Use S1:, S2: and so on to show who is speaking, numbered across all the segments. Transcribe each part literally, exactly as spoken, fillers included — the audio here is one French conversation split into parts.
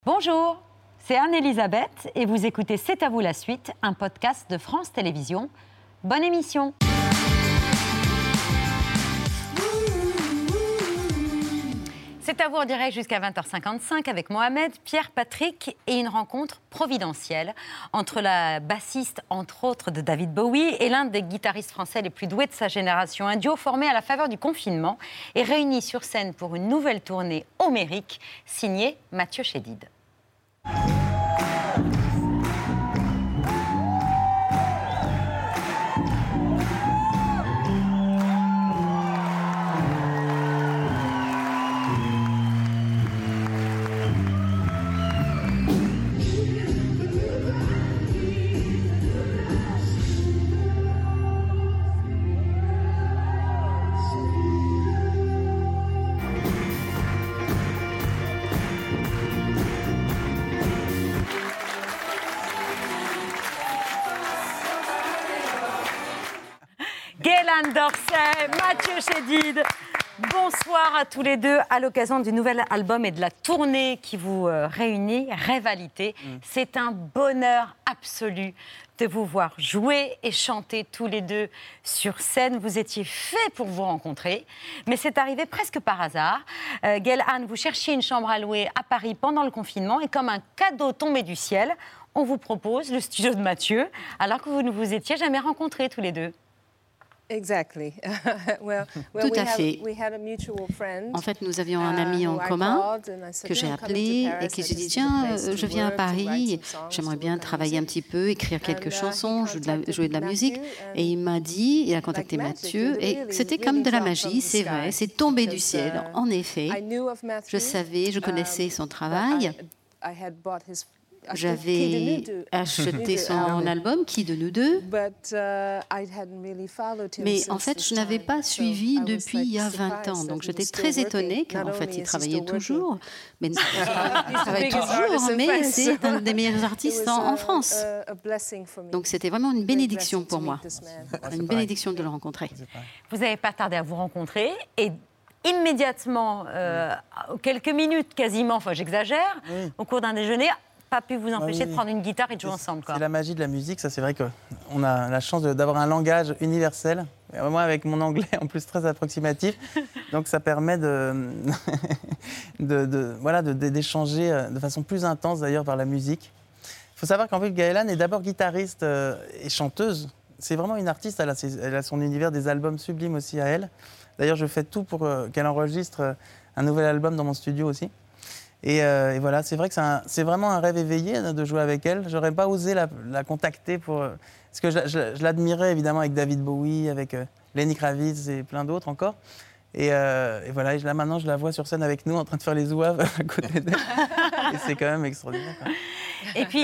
S1: Bonjour, c'est Anne-Elisabeth et vous écoutez C'est à vous la suite, un podcast de France Télévisions. Bonne émission. C'est à vous en direct jusqu'à vingt heures cinquante-cinq avec Mohamed, Pierre, Patrick et une rencontre providentielle entre la bassiste, entre autres, de David Bowie et l'un des guitaristes français les plus doués de sa génération. Un duo formé à la faveur du confinement et réuni sur scène pour une nouvelle tournée homérique signée Mathieu Chédid. Gaylaine Dorsey, Mathieu Chédid, bonsoir à tous les deux à l'occasion du nouvel album et de la tournée qui vous euh, réunit, Rivalité. Mm. C'est un bonheur absolu de vous voir jouer et chanter tous les deux sur scène. Vous étiez faits pour vous rencontrer, mais c'est arrivé presque par hasard. Euh, Gaylaine, vous cherchiez une chambre à louer à Paris pendant le confinement et comme un cadeau tombé du ciel, on vous propose le studio de Mathieu, alors que vous ne vous étiez jamais rencontrés tous les deux.
S2: Exactly. well, well,
S3: Tout
S2: we
S3: à
S2: have,
S3: fait.
S2: we had a mutual friend,
S3: en fait, nous avions un ami en
S2: uh,
S3: commun
S2: said,
S3: que j'ai appelé et qui s'est dit « Tiens, je viens à Paris, j'aimerais bien travailler un petit peu, écrire quelques
S2: And, uh,
S3: chansons, jouer de, la, jouer de la musique. » Et il m'a dit, il a contacté
S2: like
S3: Mathieu,
S2: magic,
S3: et
S2: really,
S3: c'était
S2: really
S3: comme de la
S2: dropped
S3: magie,
S2: from the
S3: c'est vrai,
S2: sky,
S3: c'est tombé du
S2: because,
S3: ciel.
S2: uh,
S3: En effet,
S2: I knew of Matthew,
S3: je savais, je connaissais son
S2: um,
S3: travail.
S2: but I, I had bought his
S3: J'avais acheté son album, Qui de nous deux, mais en fait, je n'avais pas suivi depuis il y a vingt ans. Donc, j'étais très étonnée, car en fait, il travaillait toujours. Mais il travaille toujours, mais c'est un des meilleurs artistes en, en France. Donc, c'était vraiment une bénédiction pour moi, une bénédiction de le rencontrer.
S1: Vous n'avez pas tardé à vous rencontrer et immédiatement, euh, quelques minutes quasiment, enfin j'exagère, oui. Au cours d'un déjeuner, pas pu vous empêcher oui. de prendre une guitare et de jouer ensemble. Quoi.
S4: C'est la magie de la musique, ça c'est vrai qu'on a la chance de, d'avoir un langage universel. Moi avec mon anglais en plus très approximatif, donc ça permet de, de, de, voilà, de, de, d'échanger de façon plus intense d'ailleurs par la musique. Il faut savoir qu'en fait Gaylaine est d'abord guitariste et chanteuse. C'est vraiment une artiste, elle a, ses, elle a son univers, des albums sublimes aussi à elle. D'ailleurs je fais tout pour qu'elle enregistre un nouvel album dans mon studio aussi. Et, euh, et voilà, c'est vrai que c'est, un, c'est vraiment un rêve éveillé de jouer avec elle. J'aurais pas osé la, la contacter pour... Parce que je, je, je l'admirais évidemment avec David Bowie, avec euh, Lenny Kravitz et plein d'autres encore. Et, euh, et voilà, et là maintenant je la vois sur scène avec nous en train de faire les zouaves à côté d'elle. Et c'est quand même extraordinaire. Quoi.
S1: Et puis,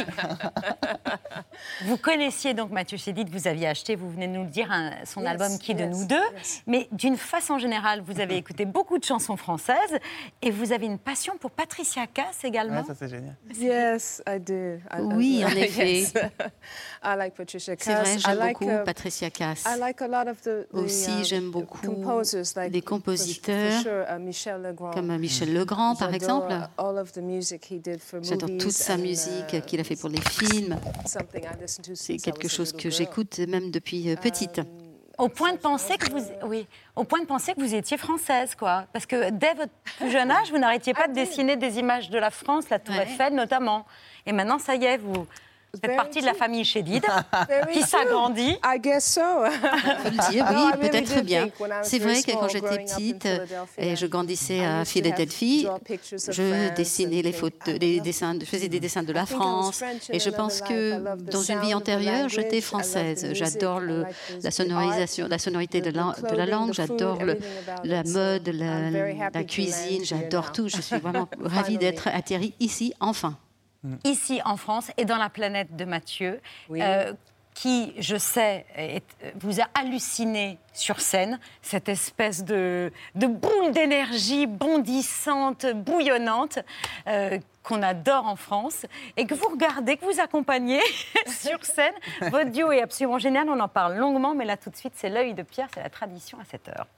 S1: vous connaissiez donc Mathieu Chédid, vous aviez acheté, vous venez de nous le dire, un, son yes, album Qui yes, de nous deux. Yes. Mais d'une façon générale, vous avez écouté beaucoup de chansons françaises et vous avez une passion pour Patricia Cass également.
S4: Ouais, ça c'est génial.
S2: Yes, I do. I,
S3: oui, en effet.
S2: Yes. I like Patricia Cass.
S3: C'est vrai, j'aime
S2: like,
S3: beaucoup
S2: uh,
S3: Patricia Cass.
S2: I like a lot of the, the,
S3: Aussi,
S2: uh,
S3: j'aime beaucoup
S2: like,
S3: des compositeurs for sure, uh, Michel Legrand. Comme Michel Legrand, par exemple.
S2: All of the music he did for
S3: J'adore toute sa
S2: and,
S3: musique
S2: uh,
S3: qu'il a fait pour les films. C'est quelque chose que j'écoute même depuis petite.
S1: Au point de penser que vous, oui, au point de penser que vous étiez française, quoi. Parce que dès votre plus jeune âge, vous n'arrêtiez pas de dessainer des images de la France, la Tour ouais. Eiffel notamment. Et maintenant, ça y est, vous faites partie de la famille Chédid, qui s'agrandit.
S2: I guess so.
S3: Il faut le dire, oui, peut-être bien. C'est vrai que quand j'étais petite et je grandissais à Philadelphie, je dessinais les photos, les dessins, je faisais des dessins de la France. Et je pense que dans une vie antérieure, j'étais française. J'adore le, la sonorisation, la sonorité de la, de la langue. J'adore le, la mode, la, la cuisine. J'adore tout. Je suis vraiment ravie d'être atterrie ici, enfin.
S1: Ici en France et dans la planète de Mathieu, oui. euh, qui, je sais, est, vous a halluciné sur scène, cette espèce de, de boule d'énergie bondissante, bouillonnante, euh, qu'on adore en France, et que vous regardez, que vous accompagnez sur scène. Votre duo est absolument génial, on en parle longuement, mais là tout de suite, c'est l'œil de Pierre, c'est la tradition à cette heure.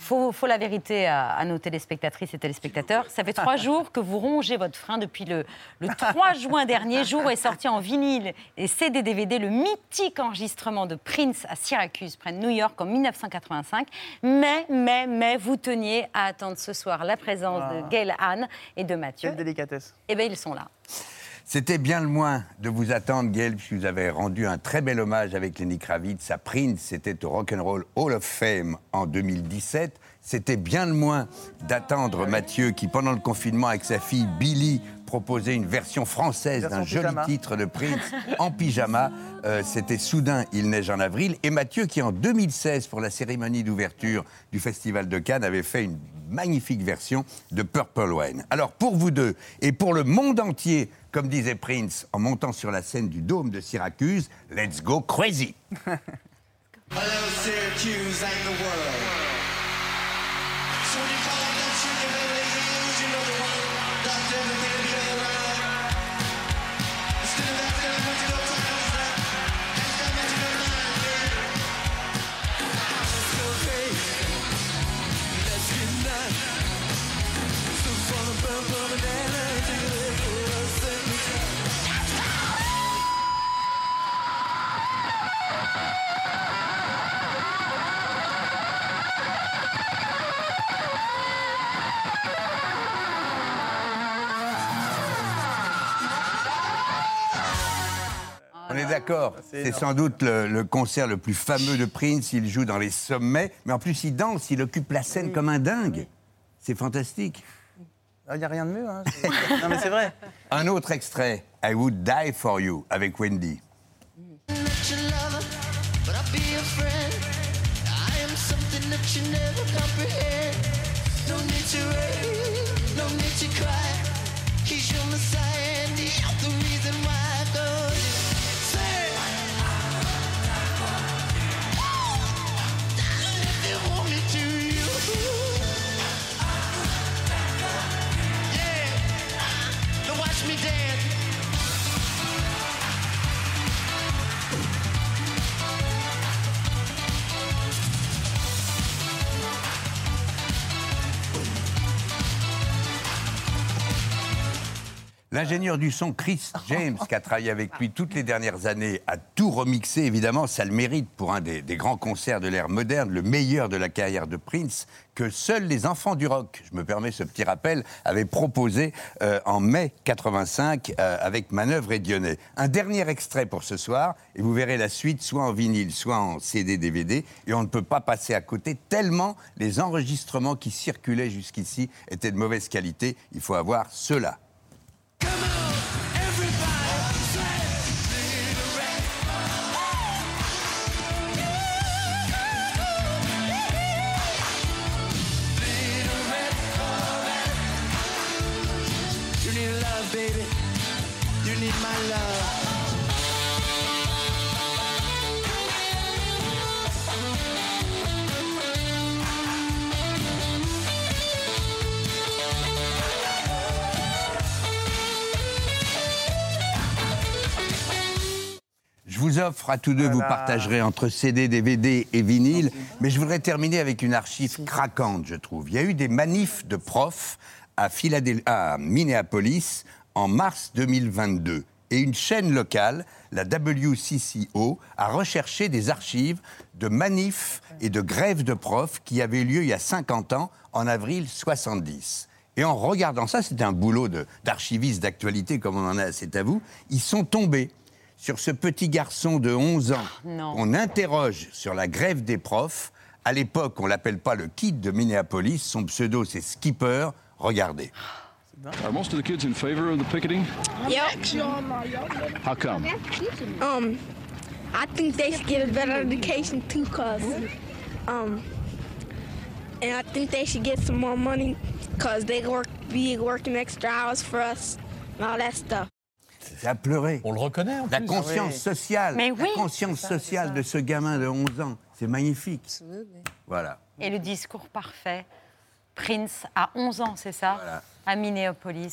S1: faut, faut la vérité à, à nos téléspectatrices et téléspectateurs. Ça fait trois jours que vous rongez votre frein depuis le, le trois juin dernier, jour où est sorti en vinyle et C D D V D le mythique enregistrement de Prince à Syracuse, près de New York, en mille neuf cent quatre-vingt-cinq. Mais, mais, mais, vous teniez à attendre ce soir la présence ah. de Gail Ann et de Mathieu.
S4: Quelle délicatesse.
S1: Eh bien, ils sont là.
S5: C'était bien le moins de vous attendre, Gail, puisque vous avez rendu un très bel hommage avec Lenny Kravitz à Prince. C'était au Rock'n'Roll Hall of Fame en deux mille dix-sept. C'était bien le moins d'attendre Mathieu, qui, pendant le confinement, avec sa fille Billy, proposait une version française d'un joli titre de Prince en pyjama. Euh, C'était Soudain, il neige en avril. Et Mathieu, qui en deux mille seize, pour la cérémonie d'ouverture du Festival de Cannes, avait fait une magnifique version de Purple Rain. Alors, pour vous deux, et pour le monde entier, comme disait Prince, en montant sur la scène du Dôme de Syracuse, let's go crazy.
S6: Hello, Syracuse and the world. So when you call out that shit, you better use, you know the one, that's everything will be alright. Instead of that, they're gonna put you no time, that, that's gonna make you no mind, baby. Let's go crazy, let's get nuts. So for the purple banana, take a look at us, and we go.
S5: On est d'accord, c'est sans doute le, le concert le plus fameux de Prince. Il joue dans les sommets, mais en plus il danse, il occupe la scène oui. comme un dingue. Oui. C'est fantastique.
S4: Il n'y a rien de mieux. Hein. Non mais c'est vrai.
S5: Un autre extrait, I Would Die For You, avec Wendy. L'ingénieur du son Chris James, qui a travaillé avec lui toutes les dernières années, a tout remixé, évidemment. Ça le mérite pour un des, des grands concerts de l'ère moderne, le meilleur de la carrière de Prince, que seuls les enfants du rock, je me permets ce petit rappel, avaient proposé euh, en mai quatre-vingt-cinq euh, avec Manœuvre et Dionnet. Un dernier extrait pour ce soir, et vous verrez la suite soit en vinyle, soit en C D D V D, et on ne peut pas passer à côté tellement les enregistrements qui circulaient jusqu'ici étaient de mauvaise qualité. Il faut avoir ceux-là. Je vous offre à tous deux, voilà. Vous partagerez entre C D, D V D et vinyle, mais je voudrais terminer avec une archive craquante, je trouve. Il y a eu des manifs de profs à, Philadel- à Minneapolis en mars deux mille vingt-deux. Et une chaîne locale, la W C C O, a recherché des archives de manifs et de grèves de profs qui avaient lieu il y a cinquante ans, en avril soixante-dix. Et en regardant ça, c'était un boulot de, d'archiviste d'actualité, comme on en a assez à vous, ils sont tombés sur ce petit garçon de onze ans
S1: non.
S5: qu'on interroge sur la grève des profs. À l'époque, on ne l'appelle pas le Kid de Minneapolis, son pseudo c'est Skipper. Regardez.
S7: Are most of the kids in favor of the picketing?
S8: Yep.
S7: How come?
S8: Um, I think they should get a better education too, cause, um, and I think they should get some more money, cause they work, be working extra hours for us and all that stuff.
S5: C'est à pleurer.
S9: On le reconnaît en
S5: La
S9: plus.
S5: conscience
S9: Oui.
S5: sociale,
S1: Mais oui.
S5: la conscience
S2: ça,
S5: sociale
S2: ça.
S5: de ce gamin de onze ans, c'est magnifique.
S2: Absolutely.
S5: Voilà.
S1: Et le discours parfait. Prince à onze ans, c'est ça,
S5: Voilà.
S1: à Minneapolis. Oui.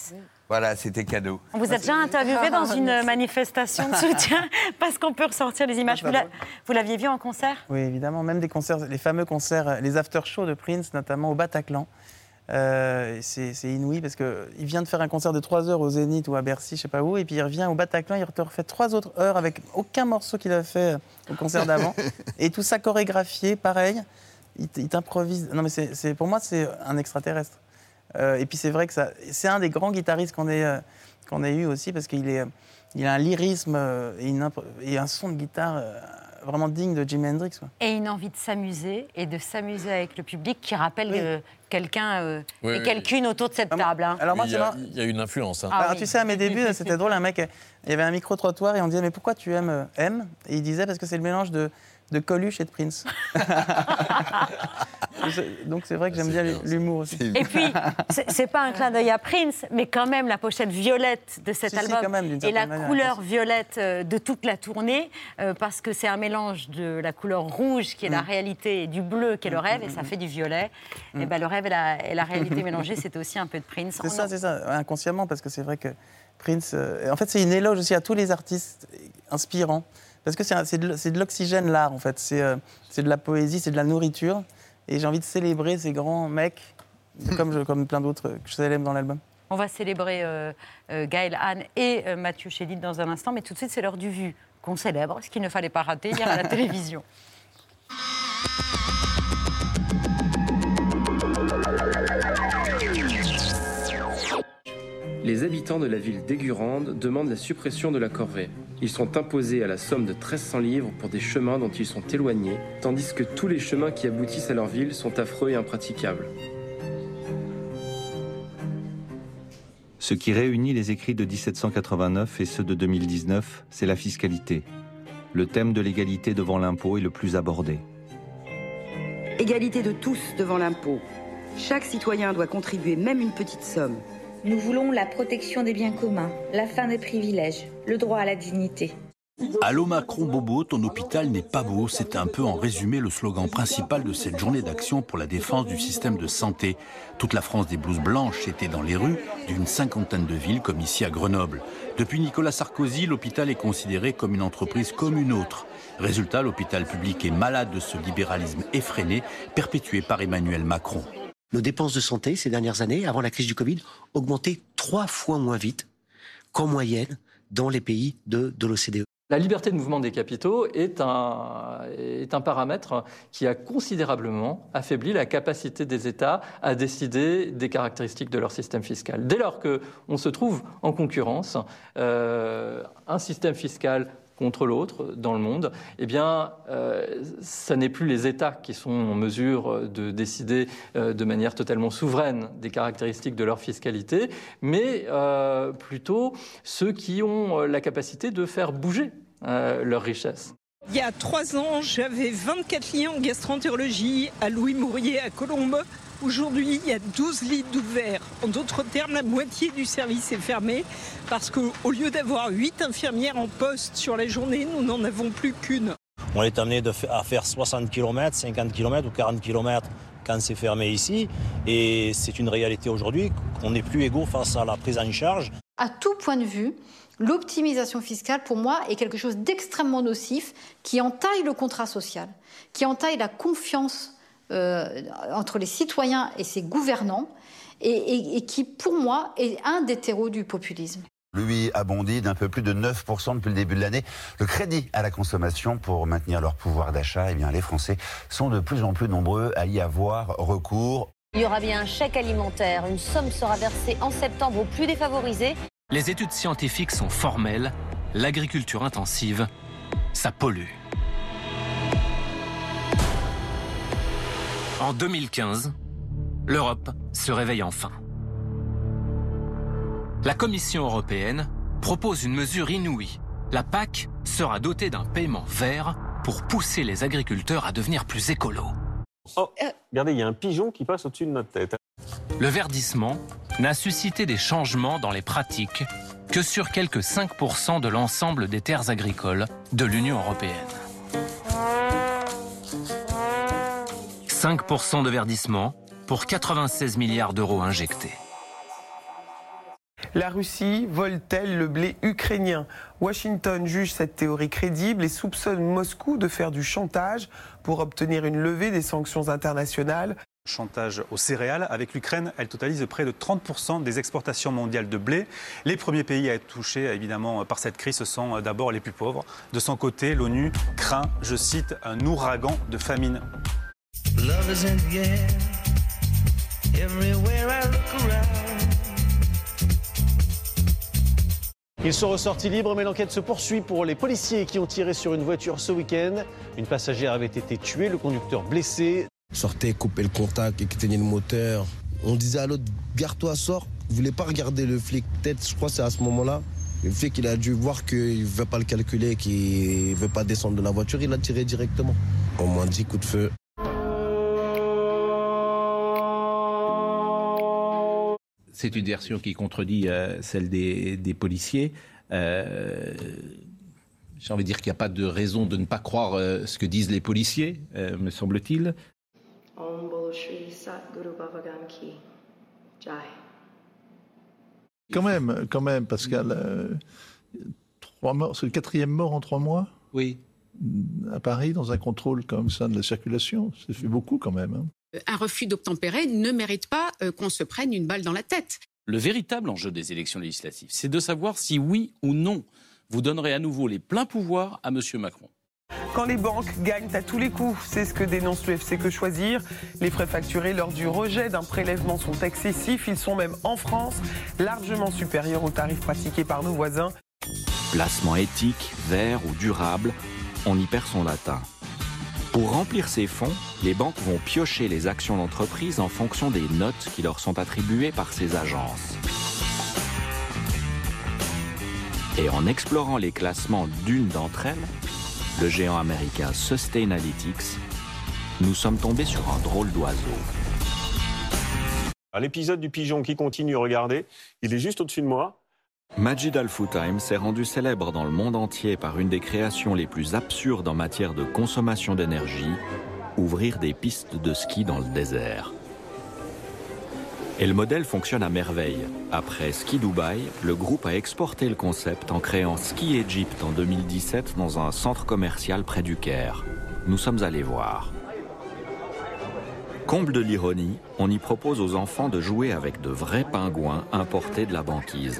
S5: Voilà, c'était cadeau.
S1: On vous a déjà interviewé dans une manifestation de soutien parce qu'on peut ressortir les images. Vous, la, vous l'aviez vu en concert?
S4: Oui, évidemment. Même des concerts, les fameux concerts, les after-shows de Prince, notamment au Bataclan. Euh, c'est, c'est inouï parce qu'il vient de faire un concert de trois heures au Zénith ou à Bercy, je sais pas où, et puis il revient au Bataclan, il te refait trois autres heures avec aucun morceau qu'il a fait au concert d'avant. Et tout ça chorégraphié, pareil. Il, il t'improvise. Non, mais c'est, c'est, pour moi, c'est un extraterrestre. Euh, et puis c'est vrai que ça, c'est un des grands guitaristes qu'on ait, euh, qu'on ait eu aussi parce qu'il est, il a un lyrisme euh, et, une, et un son de guitare euh, vraiment digne de Jimi Hendrix. Quoi.
S1: Et une envie de s'amuser et de s'amuser avec le public qui rappelle oui. euh, quelqu'un euh, oui, et oui. quelqu'une autour de cette
S4: ah,
S1: table. Hein.
S4: Alors moi,
S9: il, y a, il y a une influence. Hein.
S1: Ah,
S4: alors,
S1: oui.
S4: Tu sais, à mes débuts, c'était drôle, un mec, il y avait un micro-trottoir et on disait « Mais pourquoi tu aimes euh, M ?» Et il disait « Parce que c'est le mélange de, de Coluche et de Prince. » Donc c'est vrai que j'aime bien l'humour aussi.
S1: Et puis, c'est, c'est pas un clin d'œil à Prince, mais quand même la pochette violette de cet
S4: si,
S1: album
S4: si, quand même,
S1: et la
S4: manière,
S1: couleur violette de toute la tournée, euh, parce que c'est un mélange de la couleur rouge qui est mm. la réalité et du bleu qui est le rêve, mm. et ça fait du violet. Mm. Et ben, le rêve et la, et la réalité mélangée, c'était aussi un peu de Prince.
S4: C'est ça, a... c'est ça, inconsciemment, parce que c'est vrai que Prince... Euh, en fait, c'est une éloge aussi à tous les artistes inspirants, parce que c'est, un, c'est, de, c'est de l'oxygène, l'art, en fait. C'est, euh, c'est de la poésie, c'est de la nourriture. Et j'ai envie de célébrer ces grands mecs, comme, je, comme plein d'autres que je célèbre dans l'album.
S1: On va célébrer euh, euh, Gaël Hahn et euh, Mathieu Chédid dans un instant, mais tout de suite, c'est l'heure du vu qu'on célèbre, ce qu'il ne fallait pas rater hier à la télévision.
S10: Les habitants de la ville d'Aigurande demandent la suppression de la corvée. Ils sont imposés à la somme de mille trois cents livres pour des chemins dont ils sont éloignés, tandis que tous les chemins qui aboutissent à leur ville sont affreux et impraticables.
S11: Ce qui réunit les écrits de dix-sept cent quatre-vingt-neuf et ceux de deux mille dix-neuf, c'est la fiscalité. Le thème de l'égalité devant l'impôt est le plus abordé.
S12: Égalité de tous devant l'impôt. Chaque citoyen doit contribuer même une petite somme.
S13: Nous voulons la protection des biens communs, la fin des privilèges, le droit à la dignité.
S14: Allô Macron Bobo, ton hôpital n'est pas beau. C'était un peu en résumé le slogan principal de cette journée d'action pour la défense du système de santé. Toute la France des blouses blanches était dans les rues d'une cinquantaine de villes comme ici à Grenoble. Depuis Nicolas Sarkozy, l'hôpital est considéré comme une entreprise comme une autre. Résultat, l'hôpital public est malade de ce libéralisme effréné perpétué par Emmanuel Macron.
S15: Nos dépenses de santé ces dernières années, avant la crise du Covid, augmentaient trois fois moins vite qu'en moyenne dans les pays de, de l'O C D E.
S16: La liberté de mouvement des capitaux est un, est un paramètre qui a considérablement affaibli la capacité des États à décider des caractéristiques de leur système fiscal. Dès lors qu'on se trouve en concurrence, euh, un système fiscal contre l'autre dans le monde, eh bien, euh, ça n'est plus les États qui sont en mesure de décider euh, de manière totalement souveraine des caractéristiques de leur fiscalité, mais euh, plutôt ceux qui ont la capacité de faire bouger euh, leur richesse.
S17: Il y a trois ans, j'avais vingt-quatre lits en gastroentérologie à Louis-Mourier à Colombes. Aujourd'hui, il y a douze lits d'ouverts. En d'autres termes, la moitié du service est fermé parce qu'au lieu d'avoir huit infirmières en poste sur la journée, nous n'en avons plus qu'une.
S18: On est amené de f- à faire soixante kilomètres, cinquante kilomètres ou quarante kilomètres quand c'est fermé ici. Et c'est une réalité aujourd'hui qu'on n'est plus égaux face à la prise en charge.
S19: À tout point de vue, l'optimisation fiscale, pour moi, est quelque chose d'extrêmement nocif qui entaille le contrat social, qui entaille la confiance Euh, entre les citoyens et ses gouvernants, et, et, et qui, pour moi, est un des terreaux du populisme.
S20: Lui a bondi d'un peu plus de neuf pour cent depuis le début de l'année. Le crédit à la consommation pour maintenir leur pouvoir d'achat, eh bien, les Français sont de plus en plus nombreux à y avoir recours.
S21: Il y aura bien un chèque alimentaire. Une somme sera versée en septembre aux plus défavorisés.
S22: Les études scientifiques sont formelles. L'agriculture intensive, ça pollue. En deux mille quinze, l'Europe se réveille enfin. La Commission européenne propose une mesure inouïe. La P A C sera dotée d'un paiement vert pour pousser les agriculteurs à devenir plus écolos.
S23: Oh, regardez, il y a un pigeon qui passe au-dessus de notre tête.
S22: Le verdissement n'a suscité des changements dans les pratiques que sur quelques cinq pour cent de l'ensemble des terres agricoles de l'Union européenne. cinq pour cent de verdissement pour quatre-vingt-seize milliards d'euros injectés.
S3: La Russie vole-t-elle le blé ukrainien? Washington juge cette théorie crédible et soupçonne Moscou de faire du chantage pour obtenir une levée des sanctions internationales.
S6: Chantage aux céréales. Avec l'Ukraine, elle totalise près de trente pour cent des exportations mondiales de blé. Les premiers pays à être touchés, évidemment, par cette crise, ce sont d'abord les plus pauvres. De son côté, l'ONU craint, je cite, un ouragan de famine. Love is in the air. Everywhere I look around.
S23: Ils sont ressortis libres, mais l'enquête se poursuit pour les policiers qui ont tiré sur une voiture ce week-end. Une passagère avait été tuée, le conducteur blessé.
S9: Sortait, couper le contact, éteigner le moteur. On disait à l'autre, gare-toi, sors. Il voulait pas regarder le flic. Peut-être, je crois que c'est à ce moment-là. Le flic, il a dû voir qu'il ne veut pas le calculer, qu'il ne veut pas descendre de la voiture. Il a tiré directement. Au moins dix coups de feu.
S24: C'est une version qui contredit euh, celle des, des policiers. Euh, j'ai envie de dire qu'il n'y a pas de raison de ne pas croire euh, ce que disent les policiers, euh, me semble-t-il.
S25: Quand même, quand même, Pascal. Euh, trois morts, c'est le quatrième mort en trois mois?
S24: Oui.
S25: À Paris, dans un contrôle comme ça de la circulation. Ça fait beaucoup quand même. Hein.
S26: Un refus d'obtempérer ne mérite pas euh, qu'on se prenne une balle dans la tête.
S27: Le véritable enjeu des élections législatives, c'est de savoir si oui ou non vous donnerez à nouveau les pleins pouvoirs à M. Macron.
S3: Quand les banques gagnent à tous les coups, c'est ce que dénonce l'U F C Que Choisir. Les frais facturés lors du rejet d'un prélèvement sont excessifs. Ils sont même en France largement supérieurs aux tarifs pratiqués par nos voisins.
S11: Placement éthique, vert ou durable, on y perd son latin. Pour remplir ces fonds, les banques vont piocher les actions d'entreprise en fonction des notes qui leur sont attribuées par ces agences. Et en explorant les classements d'une d'entre elles, le géant américain Sustainalytics, nous sommes tombés sur un drôle d'oiseau.
S23: L'épisode du pigeon qui continue, regardez, il est juste au-dessus de moi.
S11: Majid Al-Futtaim s'est rendu célèbre dans le monde entier par une des créations les plus absurdes en matière de consommation d'énergie, ouvrir des pistes de ski dans le désert. Et le modèle fonctionne à merveille. Après Ski Dubaï, le groupe a exporté le concept en créant Ski Egypt en deux mille dix-sept dans un centre commercial près du Caire. Nous sommes allés voir. Comble de l'ironie, on y propose aux enfants de jouer avec de vrais pingouins importés de la banquise.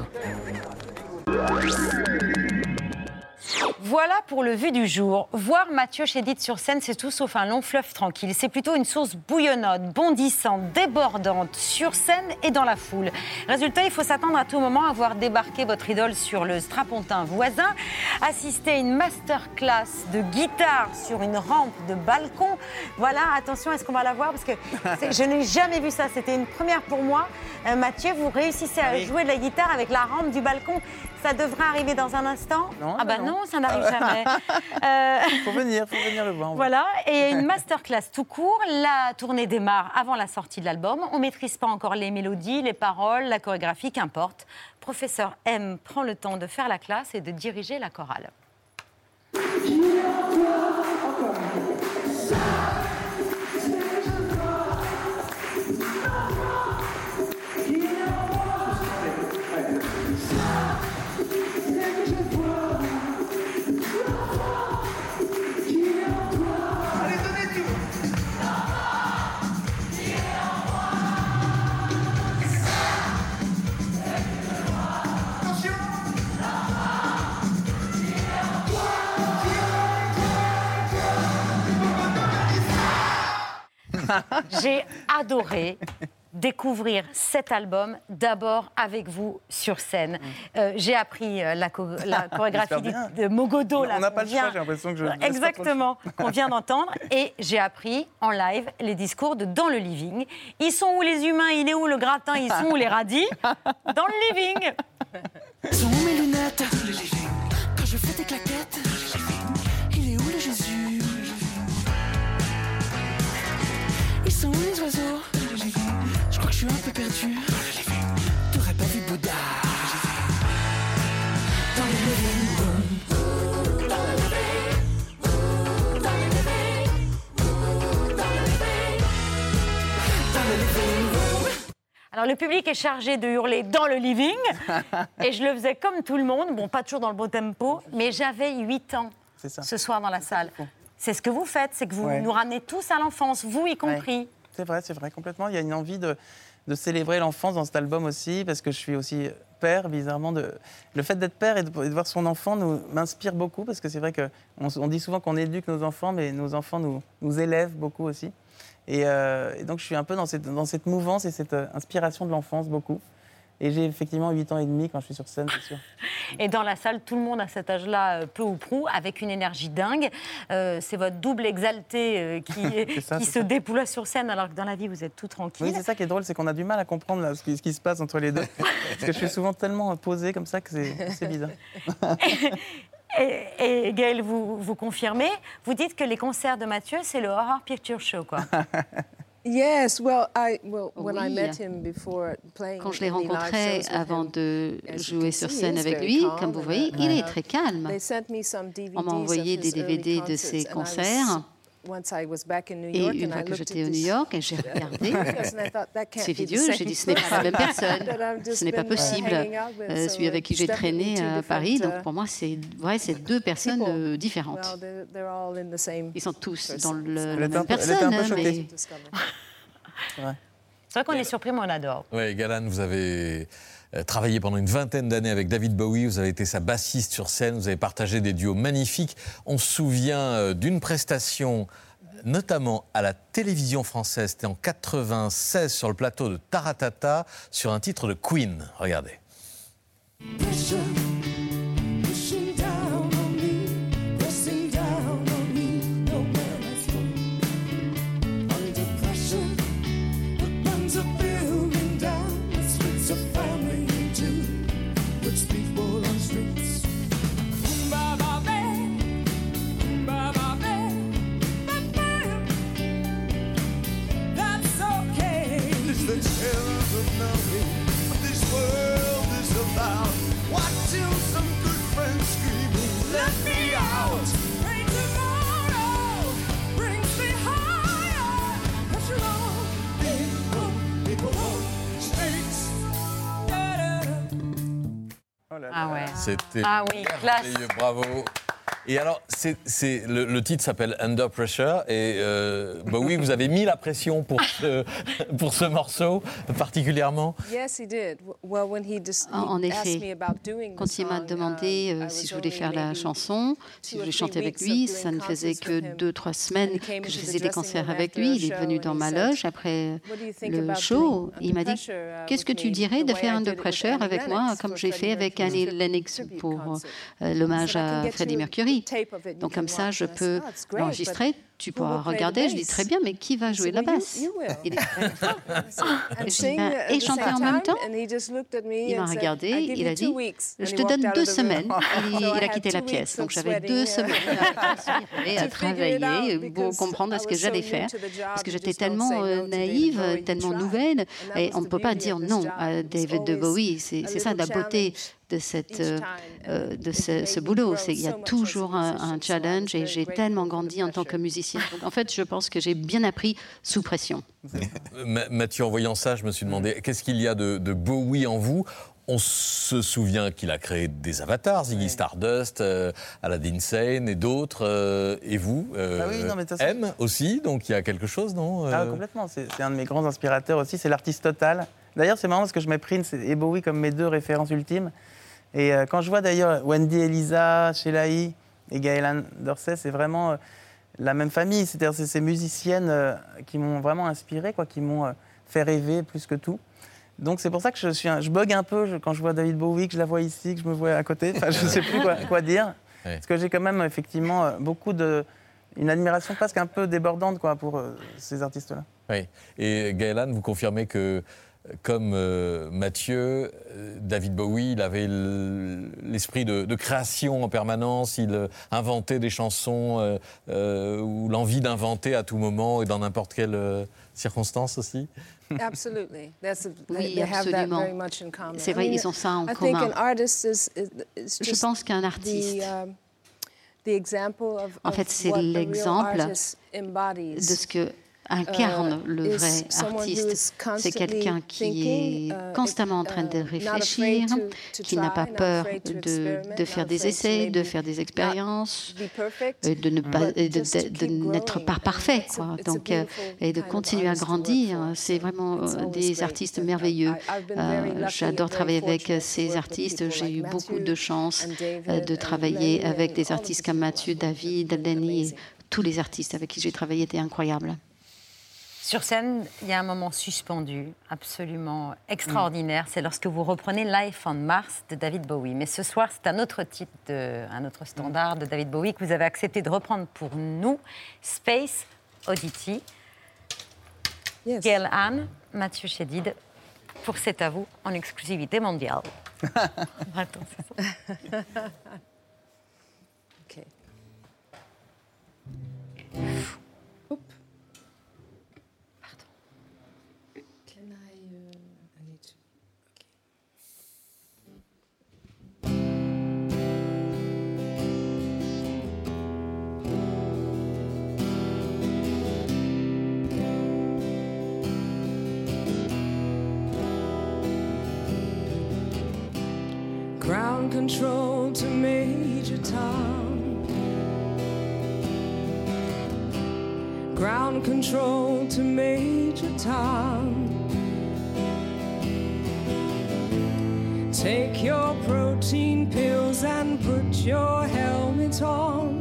S1: Voilà pour le vu du jour. Voir Mathieu Chédid sur scène, c'est tout sauf un long fleuve tranquille. C'est plutôt une source bouillonnante, bondissante, débordante, sur scène et dans la foule. Résultat, il faut s'attendre à tout moment à voir débarquer votre idole sur le strapontin voisin, assister à une masterclass de guitare sur une rampe de balcon. Voilà, attention, est-ce qu'on va la voir? Parce que je n'ai jamais vu ça. C'était une première pour moi. Euh, Mathieu, vous réussissez à oui. jouer de la guitare avec la rampe du balcon. Ça devrait arriver dans un instant.
S4: Non,
S1: ah bah non, non ça n'arrive jamais.
S4: euh... Faut venir, faut venir le voir.
S1: Voilà, et une masterclass tout court. La tournée démarre avant la sortie de l'album. On ne maîtrise pas encore les mélodies, les paroles, la chorégraphie, qu'importe. Professeur M prend le temps de faire la classe et de diriger la chorale. J'ai adoré découvrir cet album d'abord avec vous sur scène. Euh, j'ai appris euh, la, co- la chorégraphie de, de Mogodo.
S4: On n'a pas le choix, j'ai l'impression que je...
S1: Exactement, qu'on vient d'entendre. Et j'ai appris en live les discours de Dans le Living. Ils sont où les humains? Il est où le gratin? Ils sont où les radis? Dans le living.
S28: Sont où mes lunettes? Quand je fais des claquettes, il est où le Jésus? Ils sont où les oiseaux? Je crois que je suis un peu perdu. T'aurais pas vu Bouddha? Dans le living room. Dans le living. Dans le living. Dans le living. Dans le living room.
S1: Alors, le public est chargé de hurler dans le living. Et je le faisais comme tout le monde. Bon, pas toujours dans le beau tempo, mais j'avais huit ans ce soir dans la salle. C'est ce que vous faites, c'est que vous ouais. nous ramenez tous à l'enfance, vous y compris.
S4: Ouais. C'est vrai, c'est vrai, complètement. Il y a une envie de, de célébrer l'enfance dans cet album aussi, parce que je suis aussi père, bizarrement. De... Le fait d'être père et de, et de voir son enfant nous, m'inspire beaucoup, parce que c'est vrai qu'on on dit souvent qu'on éduque nos enfants, mais nos enfants nous, nous élèvent beaucoup aussi. Et, euh, et donc, je suis un peu dans cette, dans cette mouvance et cette euh, inspiration de l'enfance, beaucoup. Et j'ai effectivement huit ans et demi quand je suis sur scène, c'est sûr.
S1: Et dans la salle, tout le monde à cet âge-là, peu ou prou, avec une énergie dingue. Euh, c'est votre double exalté euh, qui, ça, qui se ça. déploie sur scène, alors que dans la vie, vous êtes tout tranquille.
S4: Oui, c'est ça qui est drôle, c'est qu'on a du mal à comprendre là, ce, qui, ce qui se passe entre les deux. Parce que je suis souvent tellement posée comme ça que c'est, c'est bizarre.
S1: Et, et Gaëlle, vous, vous confirmez, vous dites que les concerts de Mathieu, c'est le Horror Picture Show, quoi.
S2: Yes, well, I, well, when
S5: oui.
S2: I met him before playing
S5: Quand je l'ai rencontré avant de jouer sur scène avec lui, comme vous voyez, il est très calme. On m'a envoyé des D V D de ses concerts. Et une fois que j'étais au New York, et j'ai regardé ces vidéos, j'ai dit ce n'est pas la même personne, ce n'est pas possible. Euh, celui avec qui j'ai traîné à Paris, donc pour moi, c'est ouais, c'est deux personnes euh, différentes. Ils sont tous dans le, la même personne, hein, mais...
S1: C'est vrai qu'on est surpris, mais on adore.
S7: Oui, Gaëlle, vous avez travaillé pendant une vingtaine d'années avec David Bowie, vous avez été sa bassiste sur scène, vous avez partagé des duos magnifiques. On se souvient d'une prestation, notamment à la télévision française, c'était en quatre-vingt-seize sur le plateau de Taratata, sur un titre de Queen. Regardez.
S1: Ah ouais.
S7: C'était
S1: ah oui,
S7: merveilleux, bravo. Et alors, c'est, c'est, le, le titre s'appelle Under Pressure. Et euh, bah oui, vous avez mis la pression pour ce, pour ce morceau, particulièrement.
S5: En effet, quand il m'a demandé euh, si je voulais faire la chanson, si je voulais chanter avec lui, ça ne faisait que deux, trois semaines que je faisais des concerts avec lui. Il est venu dans ma loge après le show. Il m'a dit, qu'est-ce que tu dirais de faire Under Pressure avec moi, comme j'ai fait avec Annie Lennox pour euh, l'hommage à Freddie Mercury. Donc comme ça, je peux l'enregistrer, tu pourras regarder. Je dis très bien, mais qui va jouer la basse? Il est très fort. Et, je dis, ben, et chanter en même temps? Il m'a regardé, il a dit, je te donne deux semaines. Il, il a quitté la pièce. Donc j'avais deux semaines à, à travailler pour comprendre ce que j'allais faire. Parce que j'étais tellement euh, naïve, tellement nouvelle. Et on ne peut pas dire non à David Bowie. C'est, c'est ça la beauté de, cette, euh, de ce, ce boulot. C'est, il y a toujours un, un challenge et j'ai tellement grandi en tant que musicien. Donc, en fait, je pense que j'ai bien appris sous pression.
S7: Mathieu, en voyant ça, je me suis demandé, qu'est-ce qu'il y a de, de Bowie en vous? On se souvient qu'il a créé des avatars, Ziggy Stardust, euh, Aladdin Sane et d'autres. Euh, et vous, euh,
S4: ah oui, non, mais
S7: M aussi, donc il y a quelque chose, non?
S4: Ah, complètement, c'est, c'est un de mes grands inspirateurs aussi, c'est l'artiste total. D'ailleurs, c'est marrant parce que je mets Prince et Bowie comme mes deux références ultimes. Et euh, quand je vois d'ailleurs Wendy Elisa, Sheila E. et Gaëlle Dorsey, c'est vraiment euh, la même famille. C'est-à-dire c'est ces musiciennes euh, qui m'ont vraiment inspiré, quoi, qui m'ont euh, fait rêver plus que tout. Donc c'est pour ça que je, suis un, je bug un peu je, quand je vois David Bowie, que je la vois ici, que je me vois à côté. Enfin, je ne sais plus quoi, quoi dire. Oui. Parce que j'ai quand même effectivement beaucoup de... une admiration presque un peu débordante, quoi, pour euh, ces artistes-là.
S7: Oui. Et Gaëlle, vous confirmez que comme euh, Mathieu, euh, David Bowie, il avait l'esprit de, de création en permanence, il euh, inventait des chansons euh, euh, ou l'envie d'inventer à tout moment et dans n'importe quelle euh, circonstance aussi.
S5: Absolutely. That's a, oui, absolument. C'est vrai, ils ont ça en commun. Je pense qu'un artiste, en fait, c'est l'exemple de ce que incarne le vrai artiste. C'est quelqu'un qui est constamment en train de réfléchir, qui n'a pas peur de, de faire des essais, de faire des expériences, de ne pas, de, de, de n'être pas parfait, quoi. Donc, euh, et de continuer à grandir. C'est vraiment des artistes merveilleux. Euh, j'adore travailler avec ces artistes. J'ai eu beaucoup de chance euh, de travailler avec des artistes comme Mathieu, David, Lenny. Tous les artistes avec qui j'ai travaillé étaient incroyables.
S1: Sur scène, il y a un moment suspendu, absolument extraordinaire. C'est lorsque vous reprenez Life on Mars de David Bowie. Mais ce soir, c'est un autre titre, de, un autre standard de David Bowie que vous avez accepté de reprendre pour nous, Space Oddity. Yes. Gail Anne, Mathieu Chédid, pour C'est à vous, en exclusivité mondiale. Attends, c'est ça.
S2: OK.
S8: Ground control to Major Tom. Ground control to Major Tom. Take your protein pills and put your helmet on.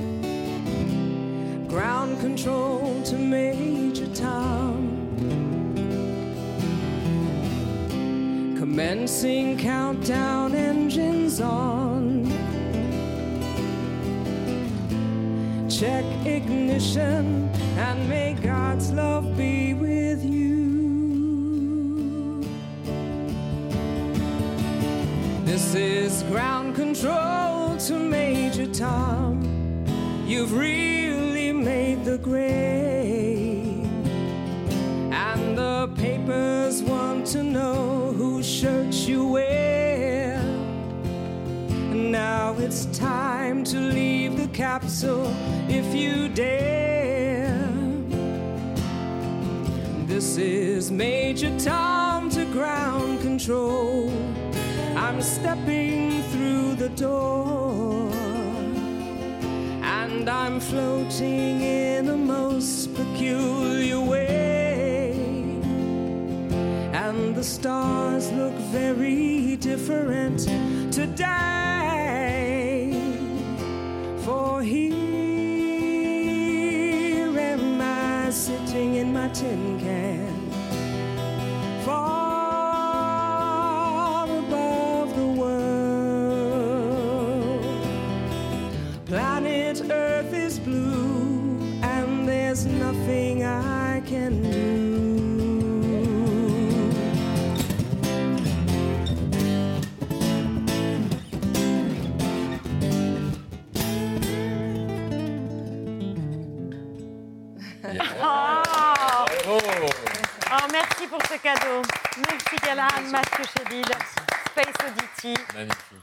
S8: Ground control to Major Tom. Commencing countdown, engines on. Check ignition and may God's love be with you. This is ground control to Major Tom. You've really made the grade, and the papers want to know whose shirt you wear. Now it's time to leave the capsule if you dare. This is Major Tom to ground control. I'm stepping through the door, and I'm floating in a most peculiar way. And the stars look very different today. For here am I sitting in my tin can, far above the world. Planet Earth is blue, and there's nothing I can do.
S1: Oh, merci pour ce cadeau. Merci Gail Anne, Mathieu Chédid, Space Oddity.
S7: Magnifique.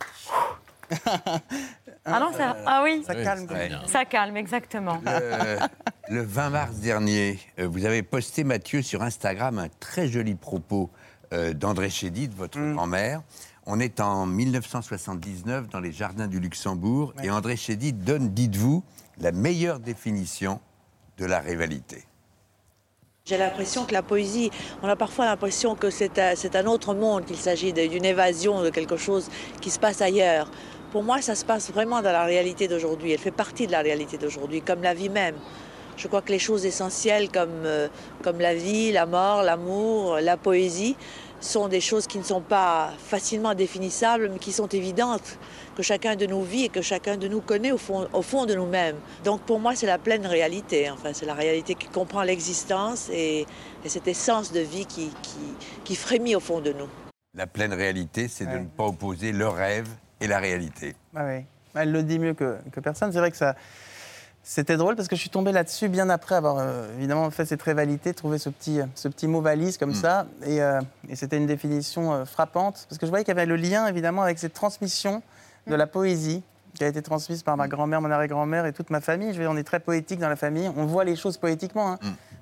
S1: Ah non, ça, ah oui,
S10: Ça calme. Ouais.
S1: ça calme, exactement.
S10: Le, le vingt mars dernier, euh, vous avez posté, Mathieu, sur Instagram un très joli propos euh, d'André Chédid, votre mm. grand-mère. On est en mille neuf cent soixante-dix-neuf dans les jardins du Luxembourg, ouais. et André Chédid donne, dites-vous, la meilleure définition de la rivalité.
S12: J'ai l'impression que la poésie, on a parfois l'impression que c'est un, c'est un autre monde, qu'il s'agit d'une évasion de quelque chose qui se passe ailleurs. Pour moi, ça se passe vraiment dans la réalité d'aujourd'hui. Elle fait partie de la réalité d'aujourd'hui, comme la vie même. Je crois que les choses essentielles comme, euh, comme la vie, la mort, l'amour, la poésie, sont des choses qui ne sont pas facilement définissables, mais qui sont évidentes, que chacun de nous vit et que chacun de nous connaît au fond, au fond de nous-mêmes. Donc pour moi, c'est la pleine réalité. Enfin, c'est la réalité qui comprend l'existence et, et cette essence de vie qui, qui, qui frémit au fond de nous.
S10: La pleine réalité, c'est ouais. de ne pas opposer le rêve et la réalité.
S4: Ah oui. Elle le dit mieux que, que personne. C'est vrai que ça... C'était drôle parce que je suis tombé là-dessus bien après avoir euh, évidemment fait cette rivalité, trouvé ce petit, ce petit mot valise comme mmh. ça. Et, euh, et c'était une définition euh, frappante parce que je voyais qu'il y avait le lien évidemment avec cette transmission de la poésie qui a été transmise par ma grand-mère, mon arrière-grand-mère et toute ma famille. Je veux dire, on est très poétique dans la famille, on voit les choses poétiquement. Hein. Mmh.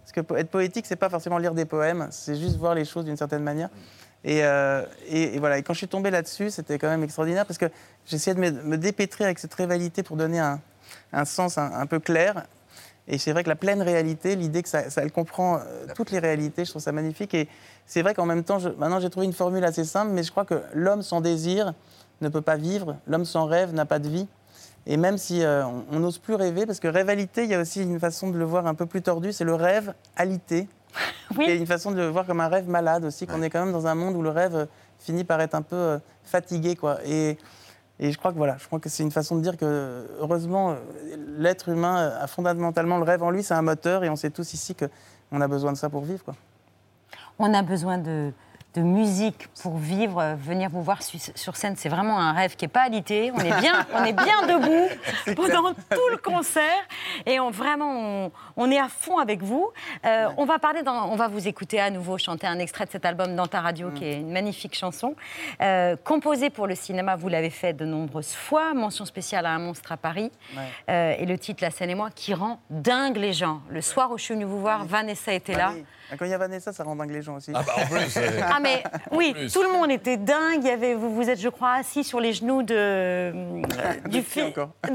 S4: Parce que être poétique, c'est pas forcément lire des poèmes, c'est juste voir les choses d'une certaine manière. Et, euh, et, et voilà. Et quand je suis tombé là-dessus, c'était quand même extraordinaire parce que j'essayais de me, me dépêtrer avec cette rivalité pour donner un, un sens un, un peu clair. Et c'est vrai que la pleine réalité, l'idée que ça, ça elle comprend euh, toutes les réalités, je trouve ça magnifique. Et c'est vrai qu'en même temps, je, maintenant j'ai trouvé une formule assez simple, mais je crois que l'homme sans désir ne peut pas vivre, l'homme sans rêve n'a pas de vie. Et même si euh, on n'ose plus rêver, parce que rêvalité, il y a aussi une façon de le voir un peu plus tordu, c'est le rêve alité. Oui. Il y a une façon de le voir comme un rêve malade aussi, qu'on est quand même dans un monde où le rêve euh, finit par être un peu euh, fatigué, quoi. Et, et je crois que voilà, je crois que c'est une façon de dire que heureusement, euh, l'être humain a fondamentalement le rêve en lui, c'est un moteur, et on sait tous ici qu'on a besoin de ça pour vivre, quoi.
S1: On a besoin de, de musique pour vivre. Venir vous voir su, sur scène, c'est vraiment un rêve qui n'est pas alité. On est bien, on est bien debout pendant tout le concert. Et on, vraiment, on, on est à fond avec vous. Euh, ouais. on, va parler dans, on va vous écouter à nouveau chanter un extrait de cet album Dans ta radio, mmh. qui est une magnifique chanson. Euh, composée pour le cinéma, vous l'avez fait de nombreuses fois. Mention spéciale à Un monstre à Paris. Ouais. Euh, et le titre La scène et moi, qui rend dingue les gens. Le soir où je suis venue vous voir, oui. Vanessa était là.
S4: Oui. Quand il y a Vanessa, ça rend dingue les gens aussi.
S7: Ah bah en plus. Euh...
S1: Ah mais oui, plus. Tout le monde était dingue. Il y avait, vous, vous êtes, je crois, assis sur les genoux de euh, du fils,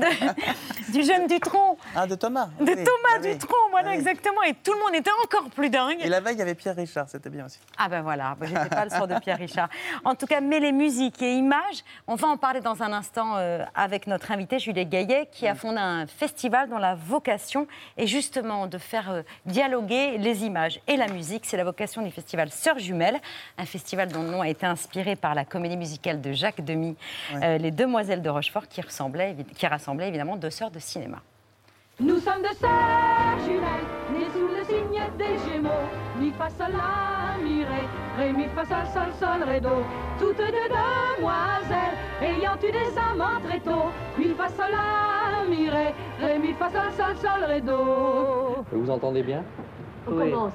S1: du jeune Dutronc.
S4: Ah de Thomas.
S1: De oui, Thomas oui. Dutronc, voilà oui. exactement. Et tout le monde était encore plus dingue.
S4: Et la veille, il y avait Pierre Richard, c'était bien aussi.
S1: Ah ben voilà, j'étais pas le sort de Pierre Richard. En tout cas, mêler musique et images, on va en parler dans un instant euh, avec notre invité Julie Gaillet, qui a fondé un festival dont la vocation est justement de faire euh, dialoguer les images et la musique. C'est la vocation du festival Sœurs Jumelles, un festival dont le nom a été inspiré par la comédie musicale de Jacques Demy, ouais. euh, Les Demoiselles de Rochefort, qui, qui rassemblait évidemment deux sœurs de cinéma.
S13: Nous sommes deux sœurs jumelles, nées sous le signe des Gémeaux. Mi fa sol la mi ré, ré mi fa sol sol sol ré do. Toutes deux demoiselles, ayant eu des amants très tôt. Mi fa sol la mi ré, ré mi fa sol sol sol ré do.
S14: Vous entendez bien?
S13: On oui. commence.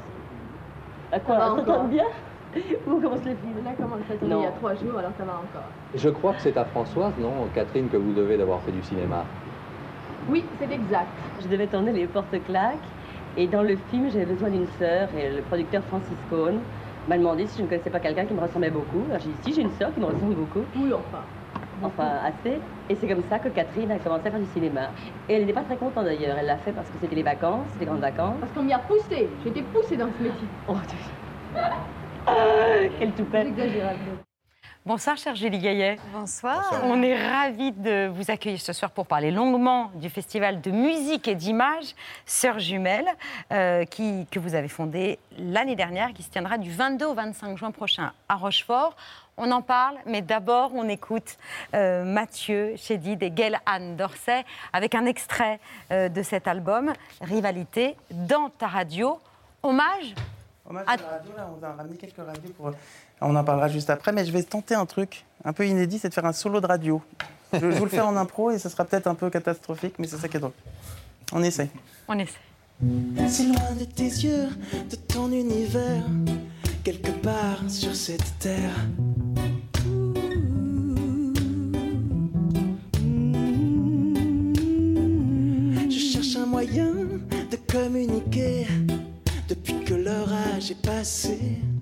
S14: À quoi?
S13: Ça va encore bien? On commence le film. Là, comment ça tourne il y a trois jours, alors ça va encore.
S14: Je crois que c'est à Françoise, non, Catherine, que vous devez d'avoir fait du cinéma.
S13: Oui, c'est exact.
S15: Je devais tourner Les Porte-Claques et dans le film, j'avais besoin d'une sœur et le producteur Francis Cohn m'a demandé si je ne connaissais pas quelqu'un qui me ressemblait beaucoup. Alors j'ai dit si, j'ai une sœur qui me ressemble beaucoup.
S13: Oui, enfin.
S15: Enfin, assez. Et c'est comme ça que Catherine a commencé à faire du cinéma. Et elle n'était pas très contente d'ailleurs. Elle l'a fait parce que c'était les vacances, les grandes vacances.
S13: Parce qu'on m'y a poussé. J'ai été poussée dans ce métier.
S15: Oh, ah, quelle toupette.
S13: J'exagère un peu.
S1: Bonsoir, chère Julie Gaillet.
S16: Bonsoir.
S1: Bonsoir. On est ravis de vous accueillir ce soir pour parler longuement du festival de musique et d'images Sœurs Jumelles, euh, qui, que vous avez fondé l'année dernière, qui se tiendra du vingt-deux au vingt-cinq juin prochain à Rochefort. On en parle, mais d'abord, on écoute euh, Mathieu Chédid et Gaëlle-Anne Dorsey avec un extrait euh, de cet album, Rivalité, Dans ta radio. Hommage
S4: Hommage à la radio, là, on va ramener quelques radios pour... On en parlera juste après, mais je vais tenter un truc un peu inédit, c'est de faire un solo de radio. Je, je vous le fais en impro et ce sera peut-être un peu catastrophique, mais c'est ça qui est drôle. On essaie.
S1: On essaie.
S28: Si loin de tes yeux, de ton univers, quelque part sur cette terre. Je cherche un moyen de communiquer depuis que l'orage est passé.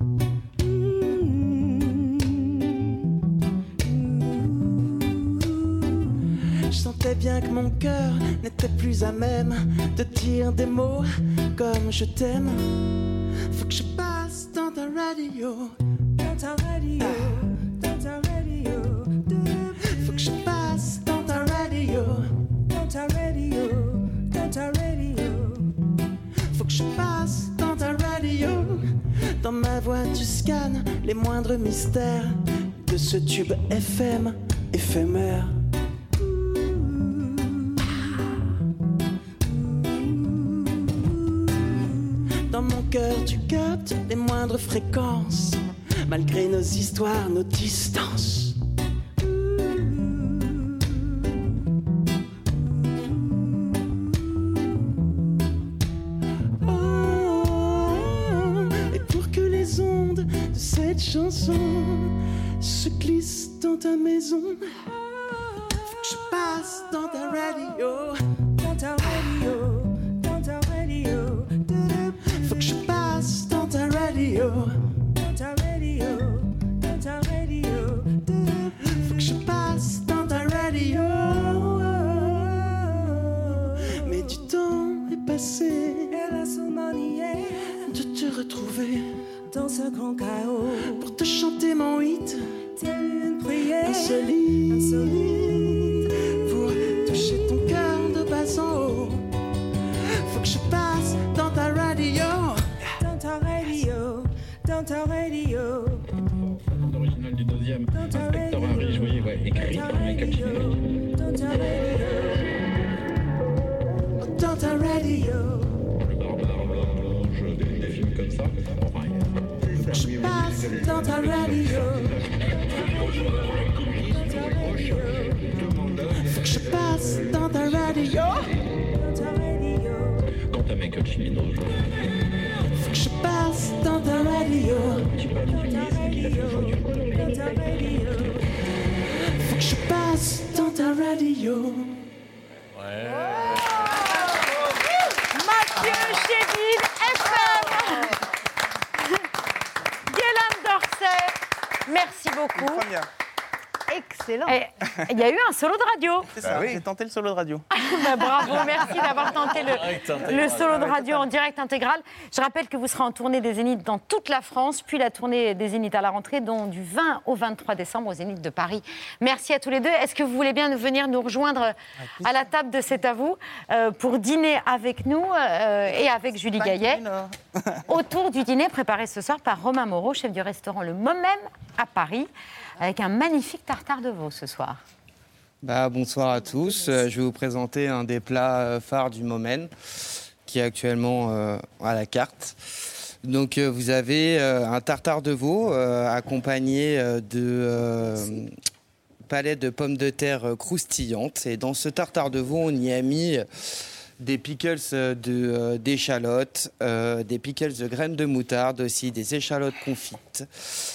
S28: Je sentais bien que mon cœur n'était plus à même de dire des mots comme je t'aime. Faut que je passe dans ta radio, dans ta radio, dans ta radio. Faut que je passe dans ta radio, dans ta radio, dans ta radio. Faut que je passe dans ta radio. Dans ma voix tu scannes les moindres mystères de ce tube F M éphémère. Dans mon cœur tu captes les moindres fréquences, malgré nos histoires, nos distances. Oh, et pour que les ondes de cette chanson se glissent dans ta maison, faut que je passe dans ta radio, dans ta radio, dans ta radio. Faut que je radio, dans ta radio, dans ta radio. Faut que je passe dans ta radio. Mais du temps est passé. Elle a son manière de te retrouver dans ce grand chaos pour te chanter mon hit. Telle une prière insolite, insolite pour toucher ton cœur de bas en haut. Faut que je passe dans ta radio, dans ta radio, dans ta radio.
S11: L'original du deuxième, Inspecteur Harry, je voyais, ouais, écrit par Michael Cimino.
S28: Dans ta radio, dans ta radio.
S11: Le barbare, l'horloge, des, des films comme ça. Enfin,
S28: Faut que je passe dans ta radio. Faut que je passe dans ta radio.
S11: Quant à Michael Cimino,
S28: Faut que je passe dans ta radio. Faut que je passe dans ta radio.
S1: Mathieu Chédid, F M. Guélane Dorsey, merci beaucoup.
S6: Excellent.
S1: Et il y a eu un solo de radio.
S4: C'est ça, j'ai tenté le solo de radio.
S1: Bah, bravo, merci d'avoir tenté le,
S4: Direct intégral.
S1: le solo de radio en direct intégral. Je rappelle que vous serez en tournée des Zéniths dans toute la France, puis la tournée des Zéniths à la rentrée, dont du vingt au vingt-trois décembre au Zénith de Paris. Merci à tous les deux. Est-ce que vous voulez bien venir nous rejoindre à la table de C'est à vous euh, pour dîner avec nous euh, et avec Julie Gaillet autour du dîner préparé ce soir par Romain Moreau, chef du restaurant Le Momem à Paris, avec un magnifique tartare de veau ce soir.
S16: Bah, bonsoir à tous. Euh, je vais vous présenter un des plats euh, phares du Momem, qui est actuellement euh, à la carte. Donc, euh, vous avez euh, un tartare de veau euh, accompagné euh, de euh, palettes de pommes de terre euh, croustillantes. Et dans ce tartare de veau, on y a mis des pickles de, euh, d'échalotes, euh, des pickles de graines de moutarde aussi, des échalotes confites.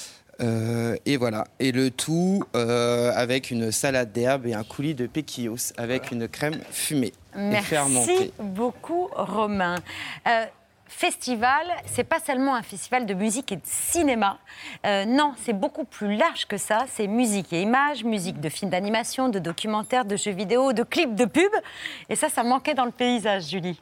S16: Euh, et voilà, et le tout euh, avec une salade d'herbes et un coulis de péquillos avec une crème fumée et fermentée.
S1: Merci beaucoup, Romain. Euh, festival, c'est pas seulement un festival de musique et de cinéma. Euh, non, c'est beaucoup plus large que ça. C'est musique et images, musique de films d'animation, de documentaires, de jeux vidéo, de clips, de pubs. Et ça, ça manquait dans le paysage, Julie.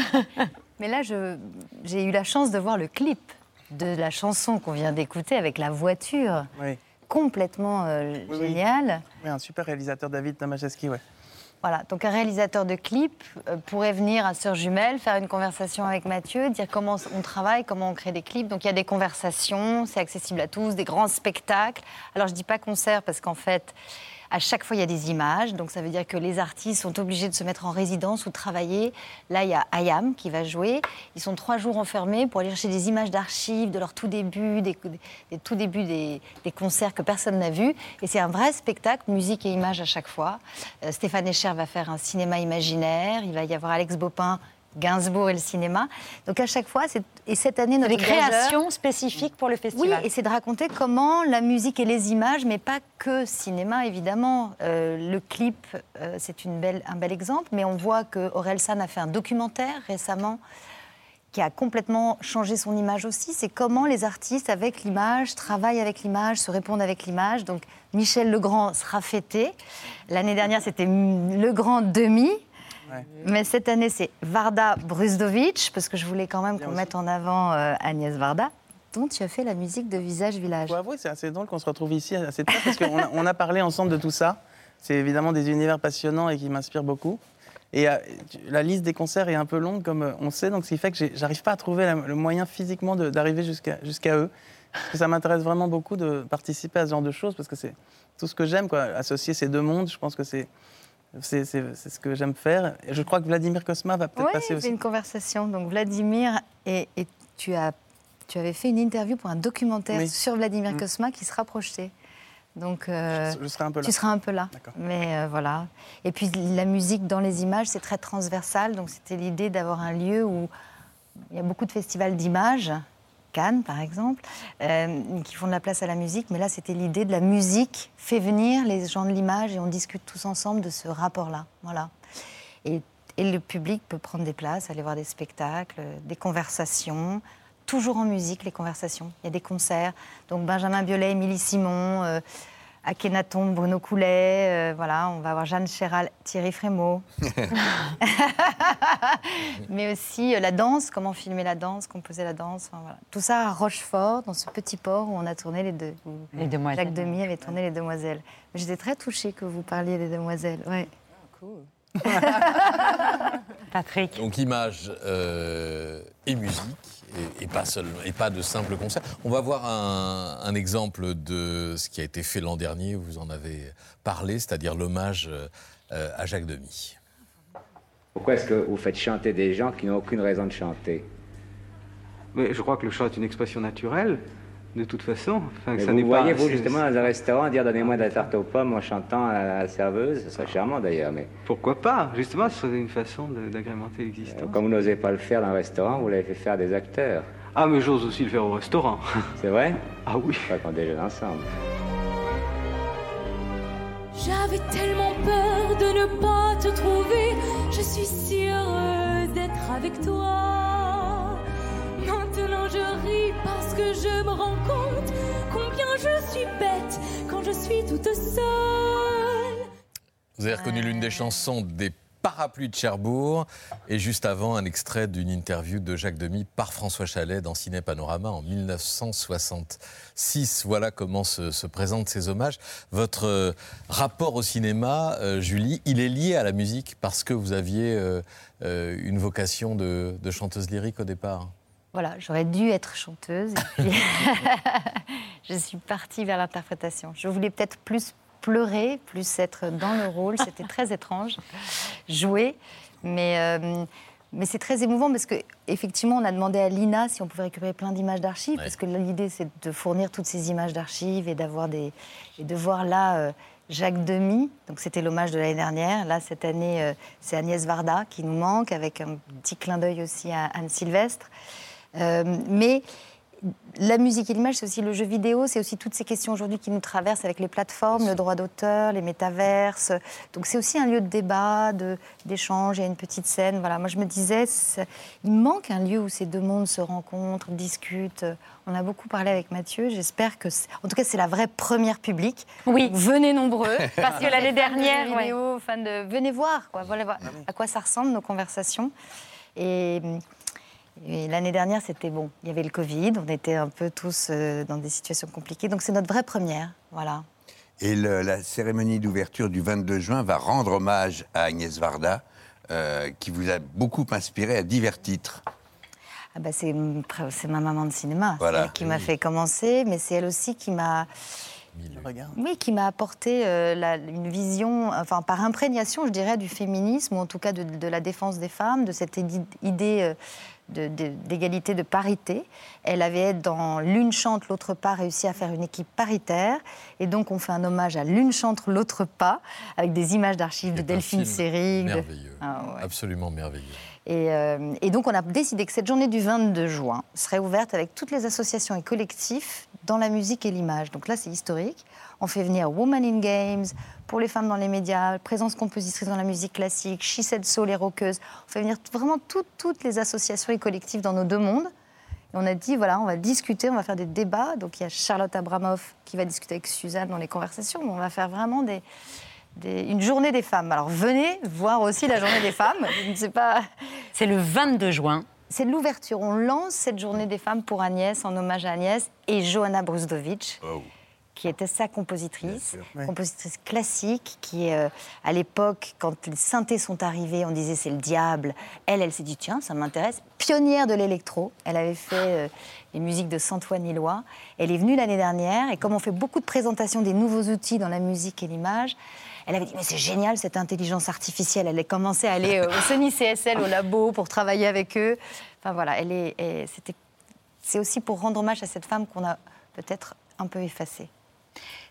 S6: Mais là, je, j'ai eu la chance de voir le clip de la chanson qu'on vient d'écouter avec la voiture,
S4: oui.
S6: complètement euh,
S4: oui,
S6: géniale.
S4: Oui. oui, un super réalisateur, David Tomaszewski, ouais.
S6: Voilà, donc un réalisateur de clip euh, pourrait venir à Sœurs Jumelles, faire une conversation avec Mathieu, dire comment on travaille, comment on crée des clips. Donc il y a des conversations, c'est accessible à tous, des grands spectacles. Alors je ne dis pas concert parce qu'en fait, à chaque fois, il y a des images. Donc ça veut dire que les artistes sont obligés de se mettre en résidence ou travailler. Là, il y a Ayam qui va jouer. Ils sont trois jours enfermés pour aller chercher des images d'archives de leur tout début, des, des tout débuts des, des concerts que personne n'a vus. Et c'est un vrai spectacle, musique et images à chaque fois. Euh, Stéphane Escher va faire un cinéma imaginaire. Il va y avoir Alex Bopin, Gainsbourg et le cinéma. Donc à chaque fois, c'est... et cette année, notre
S1: des créations
S6: gageur...
S1: spécifiques pour le festival.
S6: Oui, et c'est de raconter comment la musique et les images, mais pas que cinéma, évidemment. Euh, le clip, euh, c'est une belle, un bel exemple, mais on voit que Orelsan a fait un documentaire récemment qui a complètement changé son image aussi. C'est comment les artistes, avec l'image, travaillent avec l'image, se répondent avec l'image. Donc Michel Legrand sera fêté. L'année dernière, c'était Legrand demi. Ouais. Mais cette année, c'est Varda Bruzdovic, parce que je voulais quand même qu'on mette en avant euh, Agnès Varda, dont tu as fait la musique de Visage Village.
S4: Je dois avouer, c'est assez drôle qu'on se retrouve ici assez tard, parce qu'on a, on a parlé ensemble de tout ça. C'est évidemment des univers passionnants et qui m'inspirent beaucoup. Et euh, la liste des concerts est un peu longue, comme on sait, donc ce qui fait que j'arrive pas à trouver la, le moyen physiquement de, d'arriver jusqu'à, jusqu'à eux. Parce que ça m'intéresse vraiment beaucoup de participer à ce genre de choses, parce que c'est tout ce que j'aime, quoi. Associer ces deux mondes, je pense que c'est... C'est, c'est, c'est ce que j'aime faire. Et je crois que Vladimir Cosma va peut-être
S6: oui,
S4: passer aussi.
S6: Oui, c'est une conversation. Donc Vladimir, et, et tu, as, tu avais fait une interview pour un documentaire oui. sur Vladimir mmh. Cosma qui sera projeté. Donc euh,
S4: je, je serai un peu là.
S6: Tu seras un peu là. D'accord. Mais euh, voilà. Et puis la musique dans les images, c'est très transversal. Donc c'était l'idée d'avoir un lieu où il y a beaucoup de festivals d'images. Cannes, par exemple, euh, qui font de la place à la musique. Mais là, c'était l'idée de la musique fait venir les gens de l'image et on discute tous ensemble de ce rapport-là. Voilà. Et, et le public peut prendre des places, aller voir des spectacles, des conversations, toujours en musique, les conversations. Il y a des concerts. Donc Benjamin Biolay, Émilie Simon, euh, Akhenaton, Bruno Coulet, euh, voilà, on va avoir Jeanne Chéral, Thierry Frémaux. Mais aussi euh, la danse, comment filmer la danse, composer la danse. Enfin, voilà. Tout ça à Rochefort, dans ce petit port où on a tourné les deux. Où
S1: les Demoiselles.
S6: Jacques Demy avait tourné les Demoiselles. J'étais très touchée que vous parliez des Demoiselles. Ouais.
S2: Cool.
S1: Patrick.
S7: Donc images euh, et musique, et, et, pas seulement, et pas de simples concerts. On va voir un, un exemple de ce qui a été fait l'an dernier, vous en avez parlé, c'est-à-dire l'hommage euh, à Jacques Demy.
S9: Pourquoi est-ce que vous faites chanter des gens qui n'ont aucune raison de chanter?
S17: Mais je crois que le chant est une expression naturelle, de toute façon. Enfin,
S9: Mais
S17: ça
S9: vous
S17: n'est
S9: voyez,
S17: pas,
S9: vous, justement, dans un restaurant, dire « donnez-moi de la tarte aux pommes » en chantant à la serveuse, ce serait charmant d'ailleurs, mais...
S17: Pourquoi pas? Justement, ce serait une façon de, d'agrémenter l'existence.
S9: Euh, comme vous n'osez pas le faire dans un restaurant, vous l'avez fait faire à des acteurs.
S17: Ah, mais j'ose aussi le faire au restaurant.
S9: C'est vrai?
S17: Ah oui.
S9: Je crois qu'on déjeune ensemble.
S13: J'avais tellement peur de ne pas te trouver. Je suis si heureuse d'être avec toi. Maintenant je ris parce que je me rends compte combien je suis bête quand je suis toute seule.
S7: Vous avez reconnu l'une des chansons des Parapluies de Cherbourg, et juste avant, un extrait d'une interview de Jacques Demy par François Chalet dans Ciné Panorama en mille neuf cent soixante-six. Voilà comment se, se présentent ces hommages. Votre euh, rapport au cinéma, euh, Julie, il est lié à la musique parce que vous aviez euh, euh, une vocation de, de chanteuse lyrique au départ.
S6: Voilà, j'aurais dû être chanteuse, et puis je suis partie vers l'interprétation. Je voulais peut-être plus pleurer, plus être dans le rôle. C'était très étrange, jouer. Mais, euh, mais c'est très émouvant parce qu'effectivement, on a demandé à l'I N A si on pouvait récupérer plein d'images d'archives. Ouais. Parce que l'idée, c'est de fournir toutes ces images d'archives et, d'avoir des, et de voir là euh, Jacques Demy. Donc c'était l'hommage de l'année dernière. Là, cette année, euh, c'est Agnès Varda qui nous manque, avec un petit clin d'œil aussi à Anne Sylvestre. Euh, mais... La musique et l'image, c'est aussi le jeu vidéo, c'est aussi toutes ces questions aujourd'hui qui nous traversent avec les plateformes, le droit d'auteur, les métaverses. Donc c'est aussi un lieu de débat, de, d'échange, il y a une petite scène. Voilà. Moi je me disais, il manque un lieu où ces deux mondes se rencontrent, discutent. On a beaucoup parlé avec Mathieu, j'espère que... C'est... En tout cas, c'est la vraie première publique.
S1: Oui.
S6: Donc, venez nombreux.
S1: Parce que l'année dernière...
S6: Fans de vidéo, fans de... Venez voir, quoi. Voilà, voir à quoi ça ressemble, nos conversations. Et... Et l'année dernière, c'était bon. Il y avait le Covid, on était un peu tous euh, dans des situations compliquées. Donc c'est notre vraie première, voilà.
S10: Et le, la cérémonie d'ouverture du vingt-deux juin va rendre hommage à Agnès Varda, euh, qui vous a beaucoup inspiré à divers titres.
S6: Ah bah c'est, c'est ma maman de cinéma,
S10: voilà.
S6: C'est elle qui m'a fait commencer, mais c'est elle aussi qui m'a... Oui, qui m'a apporté euh, la, une vision, enfin par imprégnation, je dirais, du féminisme, ou en tout cas de, de la défense des femmes, de cette idée euh, de, de, d'égalité, de parité. Elle avait, dans L'une chante, l'autre pas, réussi à faire une équipe paritaire. Et donc, on fait un hommage à L'une chante, l'autre pas, avec des images d'archives de Delphine Seyrig.
S7: Merveilleux,
S6: de... ah, ouais.
S7: Absolument merveilleux.
S6: Et, euh, et donc, on a décidé que cette journée du vingt-deux juin serait ouverte avec toutes les associations et collectifs dans la musique et l'image. Donc là, c'est historique. On fait venir Women in Games, pour les femmes dans les médias, présence compositrice dans la musique classique, She Said So, les rockeuses. On fait venir vraiment toutes, toutes les associations et collectifs dans nos deux mondes. Et on a dit, voilà, on va discuter, on va faire des débats. Donc il y a Charlotte Abramoff qui va discuter avec Suzanne dans les conversations. On va faire vraiment des... Des, une journée des femmes. Alors venez voir aussi la journée des femmes. Je ne sais pas.
S1: C'est le vingt-deux juin.
S6: C'est l'ouverture. On lance cette journée des femmes pour Agnès, en hommage à Agnès, et Johanna Brusdowicz, oh. qui était sa compositrice, oui. compositrice classique, qui, euh, à l'époque, quand les synthés sont arrivés, on disait c'est le diable. Elle, elle s'est dit tiens, ça m'intéresse. Pionnière de l'électro. Elle avait fait euh, les musiques de Santoine Illois. Elle est venue l'année dernière, et comme on fait beaucoup de présentations des nouveaux outils dans la musique et l'image, elle avait dit, mais c'est génial cette intelligence artificielle. Elle a commencé à aller au Sony C S L, au labo, pour travailler avec eux. Enfin voilà, elle est, et c'était, c'est aussi pour rendre hommage à cette femme qu'on a peut-être un peu effacée.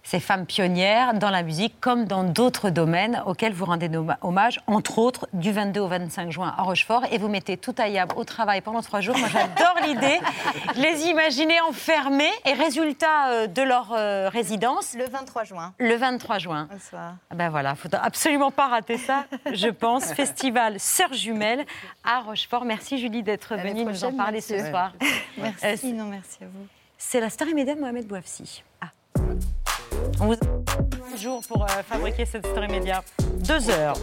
S1: ces femmes pionnières dans la musique comme dans d'autres domaines auxquels vous rendez hommage, entre autres du vingt-deux au vingt-cinq juin à Rochefort. Et vous mettez tout à Yab au travail pendant trois jours. Moi, j'adore l'idée. Les imaginer enfermés. Et résultat euh, de leur euh, résidence...
S6: Le vingt-trois juin.
S1: Le vingt-trois juin.
S6: Bonsoir.
S1: Ben voilà, il ne faut absolument pas rater ça, je pense. Festival Sœurs Jumelles à Rochefort. Merci Julie d'être venue nous en parler ce soir.
S6: Merci, euh, non, merci à vous.
S1: C'est la star immédiate de Mohamed Bouafsi. Ah. On vous a un jour pour euh, fabriquer cette story média. Deux heures.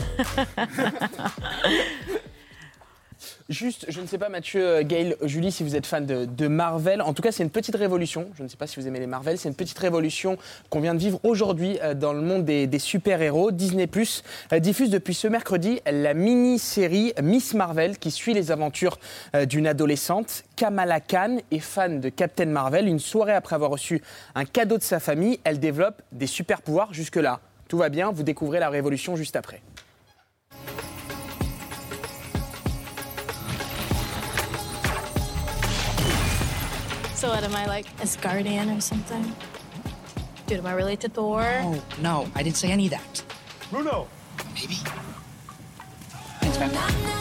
S16: Juste, je ne sais pas, Mathieu, Gaël, Julie, si vous êtes fan de, de Marvel. En tout cas, c'est une petite révolution. Je ne sais pas si vous aimez les Marvel. C'est une petite révolution qu'on vient de vivre aujourd'hui euh, dans le monde des, des super-héros. Disney Plus euh, diffuse depuis ce mercredi la mini-série Miss Marvel qui suit les aventures euh, d'une adolescente. Kamala Khan est fan de Captain Marvel. Une soirée après avoir reçu un cadeau de sa famille, elle développe des super-pouvoirs. Jusque-là, tout va bien. Vous découvrez la révolution juste après.
S18: So what, am I like Asgardian or something? Dude, am I related to Thor?
S19: Oh, no, I didn't say any of that.
S18: Bruno!
S19: Maybe. Thanks, man.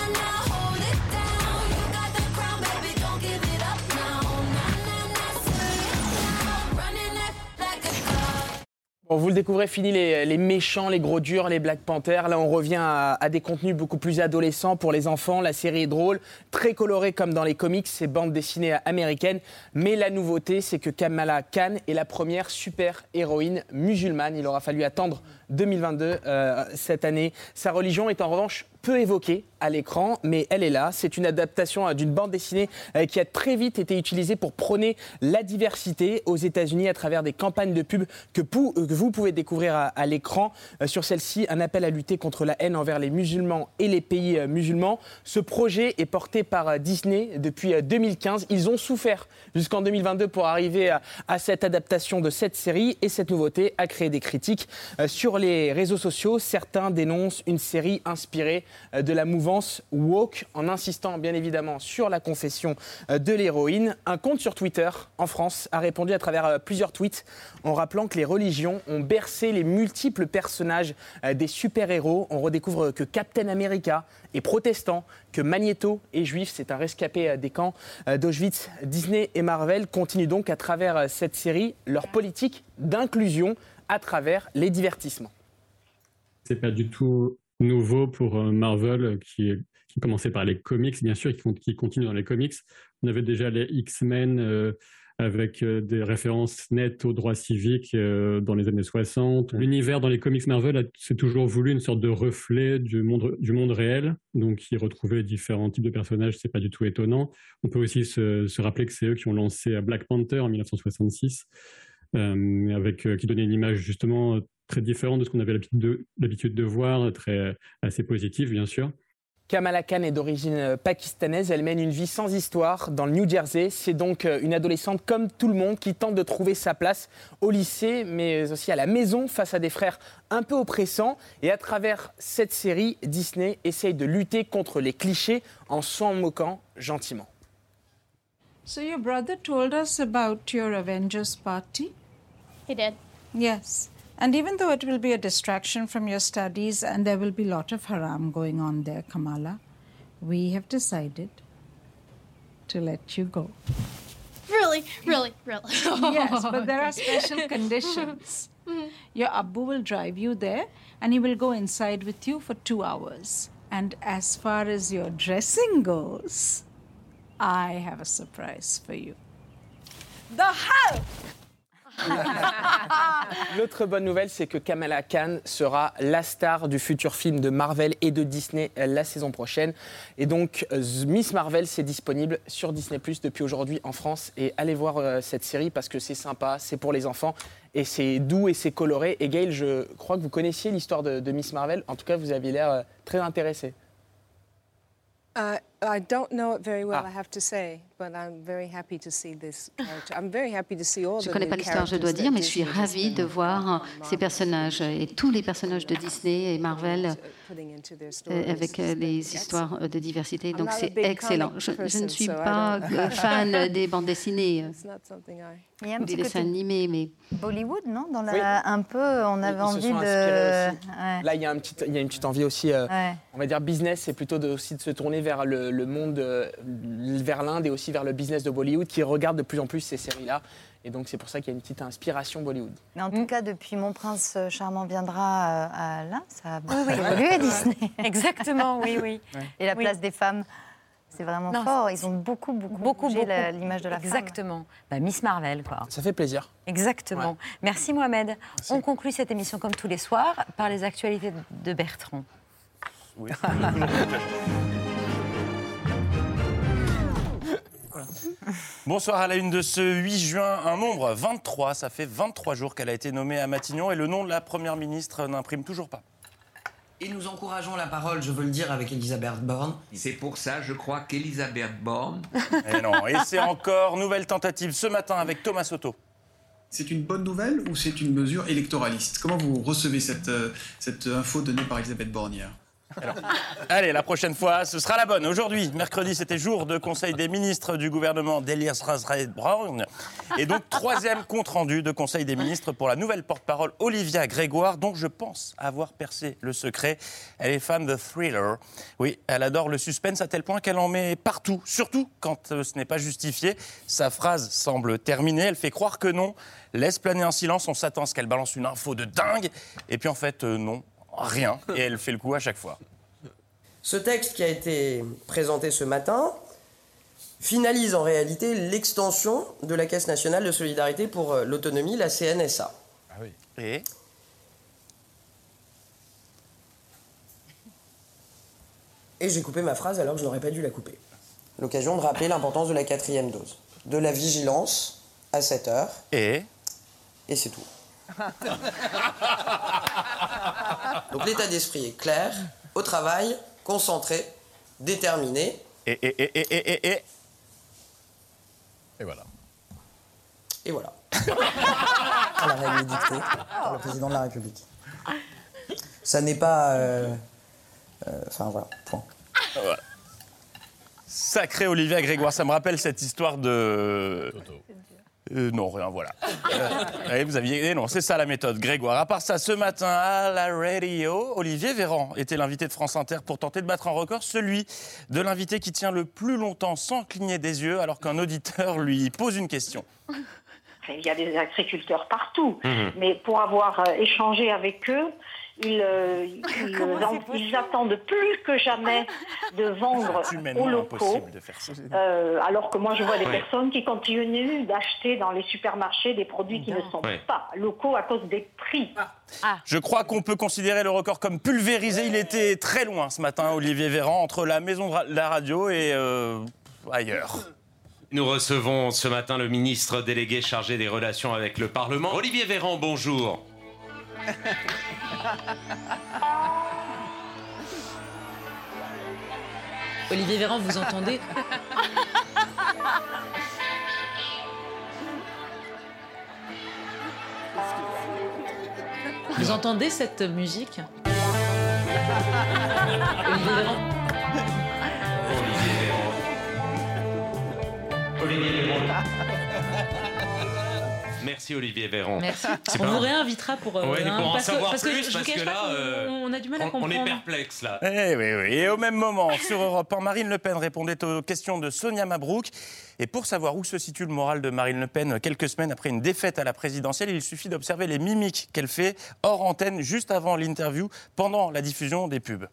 S16: Bon, vous le découvrez, fini les, les méchants, les gros durs, les Black Panthers. Là, on revient à, à des contenus beaucoup plus adolescents pour les enfants. La série est drôle, très colorée comme dans les comics, c'est bande dessinée américaine. Mais la nouveauté, c'est que Kamala Khan est la première super-héroïne musulmane. Il aura fallu attendre deux mille vingt-deux, euh, cette année. Sa religion est en revanche peu évoquée à l'écran, mais elle est là. C'est une adaptation d'une bande dessinée qui a très vite été utilisée pour prôner la diversité aux États-Unis à travers des campagnes de pub que, pou- que vous pouvez découvrir à, à l'écran. Euh, sur celle-ci, un appel à lutter contre la haine envers les musulmans et les pays euh, musulmans. Ce projet est porté par euh, Disney depuis euh, deux mille quinze. Ils ont souffert jusqu'en deux mille vingt-deux pour arriver à, à cette adaptation de cette série, et cette nouveauté a créé des critiques. Euh, sur les réseaux sociaux, certains dénoncent une série inspirée euh, de la mouvance woke, en insistant bien évidemment sur la confession euh, de l'héroïne. Un compte sur Twitter en France a répondu à travers euh, plusieurs tweets en rappelant que les religions ont bercé les multiples personnages euh, des super-héros. On redécouvre que Captain America est protestant, que Magneto est juif. C'est un rescapé euh, des camps euh, d'Auschwitz. Disney et Marvel continuent donc à travers euh, cette série leur politique d'inclusion à travers les divertissements.
S20: C'est pas du tout nouveau pour euh, Marvel, qui, qui commençait par les comics, bien sûr, qui, qui continue dans les comics. On avait déjà les X-Men euh, avec euh, des références nettes aux droits civiques euh, dans les années soixante. L'univers dans les comics Marvel a, s'est toujours voulu une sorte de reflet du monde, du monde réel, donc y retrouver différents types de personnages, c'est pas du tout étonnant. On peut aussi se, se rappeler que c'est eux qui ont lancé Black Panther en dix-neuf cent soixante-six, euh, avec, euh, qui donnait une image justement très différente de ce qu'on avait l'habitude de, l'habitude de voir, très, assez positive bien sûr.
S16: Kamala Khan est d'origine pakistanaise, elle mène une vie sans histoire dans le New Jersey. C'est donc une adolescente comme tout le monde qui tente de trouver sa place au lycée, mais aussi à la maison face à des frères un peu oppressants. Et à travers cette série, Disney essaye de lutter contre les clichés en s'en moquant gentiment.
S21: So your brother told us about your Avengers party?
S18: He did.
S21: Yes. And even though it will be a distraction from your studies and there will be a lot of haram going on there, Kamala, we have decided to let you go.
S18: Really, really, really.
S21: Yes, but there are special conditions. Your Abbu will drive you there and he will go inside with you for two hours. And as far as your dressing goes, I have a surprise for you. The Hulk!
S16: L'autre bonne nouvelle, c'est que Kamala Khan sera la star du futur film de Marvel et de Disney la saison prochaine. Et donc, Miss Marvel, c'est disponible sur Disney plus, depuis aujourd'hui en France. Et allez voir euh, cette série parce que c'est sympa, c'est pour les enfants et c'est doux et c'est coloré. Et Gaël, je crois que vous connaissiez l'histoire de, de Miss Marvel. En tout cas, vous aviez l'air euh, très intéressé.
S2: Uh, I don't know it very well, I have to say, but I'm very happy to see this character. I'm very happy to see all
S3: Je
S2: the
S3: ne connais
S2: new
S3: pas l'histoire, je dois
S2: characters
S3: dire,
S2: that
S3: mais je suis
S2: Disney has
S3: ravie de
S2: been
S3: voir ces personnages et tous les personnages de Disney et Marvel
S2: putting into their
S3: euh,
S2: stories.
S3: avec euh, les histoires euh, de diversité.
S2: I'm
S3: Donc
S2: not a
S3: c'est
S2: big
S3: excellent.
S2: comic
S3: Je, je ne
S2: person,
S3: suis
S2: so I
S3: pas
S2: don't-
S3: euh, fan des bandes dessinées euh,
S2: It's not something I...
S6: Il y a un
S3: ou des
S6: petit
S3: dessins
S6: côté
S3: animés, mais
S6: Bollywood, non Dans la,
S5: Oui.
S6: un peu, on avait
S5: Ils se
S6: envie
S5: sont
S6: de.
S5: inspirés aussi.
S6: Ouais.
S5: Là, il y, a un petit, il y a une petite envie aussi, euh,
S6: Ouais.
S5: on va dire business, c'est plutôt de, aussi de se tourner vers le, le monde, euh, vers l'Inde et aussi vers le business de Bollywood qui regarde de plus en plus ces séries-là. Et donc, c'est pour ça qu'il y a une petite inspiration Bollywood.
S6: Mais en tout cas, depuis Mon Prince Charmant viendra à, à là, ça a beaucoup évolué Disney.
S1: Exactement, oui, oui.
S6: Et la
S1: Oui.
S6: place des femmes, c'est vraiment
S1: Non,
S6: fort. Ils ont beaucoup, beaucoup,
S1: Beaucoup,
S6: bougé
S1: beaucoup.
S6: la- l'image de la femme.
S1: Exactement. Bah, Miss Marvel, quoi.
S5: Ça fait plaisir.
S1: Exactement.
S5: Ouais.
S1: Merci Mohamed. On conclut cette émission comme tous les soirs par les actualités de Bertrand.
S4: Oui. Bonsoir à la une de ce huit juin, un nombre vingt-trois, ça fait vingt-trois jours qu'elle a été nommée à Matignon et le nom de la Première ministre n'imprime toujours pas.
S22: Et nous encourageons la parole, je veux le dire, avec Elisabeth Borne.
S10: C'est pour ça, je crois qu'Elisabeth Borne...
S4: Et non, et c'est encore nouvelle tentative ce matin avec Thomas Soto.
S23: C'est une bonne nouvelle ou c'est une mesure électoraliste? Comment vous recevez cette, euh, cette info donnée par Elisabeth Borne hier?
S4: Allez, la prochaine fois, ce sera la bonne. Aujourd'hui, mercredi, c'était jour de Conseil des ministres du gouvernement d'Elias Razred-Brown. Et donc, troisième compte-rendu de Conseil des ministres pour la nouvelle porte-parole Olivia Grégoire, dont je pense avoir percé le secret. Elle est fan de thriller. Oui, elle adore le suspense à tel point qu'elle en met partout, surtout quand euh, ce n'est pas justifié. Sa phrase semble terminée, elle fait croire que non, laisse planer un silence, on s'attend à ce qu'elle balance une info de dingue. Et puis en fait, euh, non. Rien, et elle fait le coup à chaque fois.
S22: Ce texte qui a été présenté ce matin finalise en réalité l'extension de la Caisse nationale de solidarité pour euh, l'autonomie, la C N S A.
S4: Ah oui. Et
S22: Et j'ai coupé ma phrase alors que je n'aurais pas dû la couper. L'occasion de rappeler l'importance de la quatrième dose. De la vigilance à sept heures.
S4: Et
S22: Et c'est tout. Donc l'état d'esprit est clair, au travail, concentré, déterminé.
S4: Et, et, et, et, et, et...
S7: Et voilà.
S22: Et voilà.
S24: La règle dictée par le président de la République. Ça n'est pas... euh, euh, Enfin, voilà, point.
S4: Voilà. Sacré Olivia Grégoire, ça me rappelle cette histoire de... Euh, non, rien, voilà. Euh, ouais, vous aviez... eh non, c'est ça la méthode, Grégoire. À part ça, ce matin, à la radio, Olivier Véran était l'invité de France Inter pour tenter de battre un record, celui de l'invité qui tient le plus longtemps sans cligner des yeux, alors qu'un auditeur lui pose une question.
S25: Il y a des agriculteurs partout,
S4: Mmh.
S25: mais pour avoir euh, échangé avec eux, ils, euh, ils,
S1: Comment c'est
S25: ils attendent plus que jamais de vendre
S4: C'est
S25: aux
S4: humainement
S25: locaux,
S4: impossible de faire ça.
S25: euh, alors que moi je vois des
S4: Ouais.
S25: personnes qui continuent d'acheter dans les supermarchés des produits qui ne sont
S4: Ouais.
S25: pas locaux à cause des prix.
S4: Je crois qu'on peut considérer le record comme pulvérisé. Il était très loin ce matin, Olivier Véran, entre la maison de ra- la radio et euh, ailleurs.
S26: Nous recevons ce matin le ministre délégué chargé des relations avec le Parlement. Olivier Véran, bonjour.
S27: Olivier Véran, vous entendez? Vous entendez cette musique? Olivier Véran.
S26: Olivier Véran. Merci Olivier Véran.
S27: Merci.
S26: C'est
S27: On
S26: pas-
S27: vous réinvitera pour, euh,
S26: Ouais,
S27: hein,
S26: pour en
S27: parce que-
S26: savoir
S27: parce que
S26: plus,
S27: je vous
S26: parce
S27: cache
S26: que
S27: pas
S26: là,
S27: qu'on-
S26: euh,
S27: on a du mal à
S26: on, on
S27: comprendre.
S26: est perplexe là.
S4: Eh oui, oui. Et au même moment, sur Europe un, Marine Le Pen répondait aux questions de Sonia Mabrouk. Et pour savoir où se situe le moral de Marine Le Pen quelques semaines après une défaite à la présidentielle, il suffit d'observer les mimiques qu'elle fait hors antenne, juste avant l'interview, pendant la diffusion des pubs.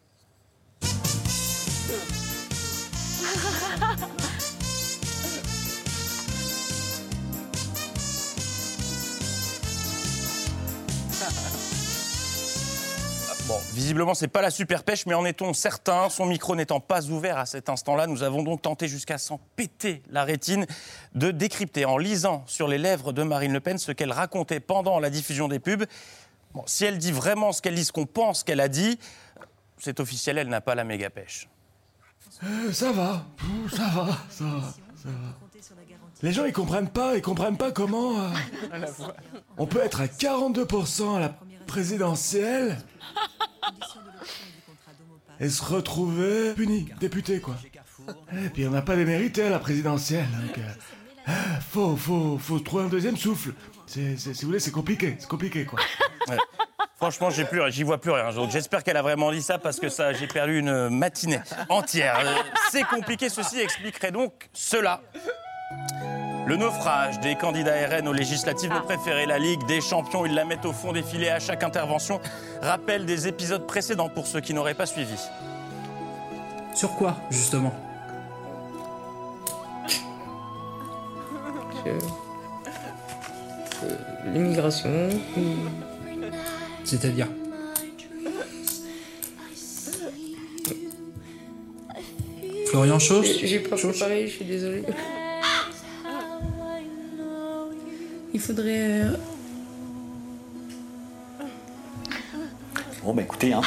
S4: Bon, visiblement, c'est pas la super pêche, mais en est-on certain? Son micro n'étant pas ouvert à cet instant-là, nous avons donc tenté jusqu'à s'en péter la rétine de décrypter en lisant sur les lèvres de Marine Le Pen ce qu'elle racontait pendant la diffusion des pubs. Bon, si elle dit vraiment ce qu'elle dit, ce qu'on pense qu'elle a dit, c'est officiel, elle n'a pas la méga pêche.
S8: Euh, ça va, Ouh, ça va, ça va, ça va. Les gens, ils comprennent pas, ils comprennent pas comment euh, on peut être à quarante-deux pour cent à la présidentielle et se retrouver puni, député, quoi. Et puis on n'a pas démérité à la présidentielle, donc euh, faut, faut, faut trouver un deuxième souffle. C'est, c'est, si vous voulez, c'est compliqué, c'est compliqué, quoi.
S9: Ouais. Franchement, j'ai plus, j'y vois plus rien. Donc, j'espère qu'elle a vraiment dit ça parce que ça, j'ai perdu une matinée entière. Euh, c'est compliqué. Ceci expliquerait donc cela. Le naufrage des candidats R N aux législatives de préférer la Ligue des Champions. Ils la mettent au fond des filets à chaque intervention. Rappel des épisodes précédents pour ceux qui n'auraient pas suivi.
S11: Sur quoi, justement?
S12: Euh, L'immigration.
S11: C'est-à-dire? Florian Chauss?
S12: J'ai pas préparé, je suis désolée. Il faudrait... Euh...
S14: Bon, bah écoutez, hein.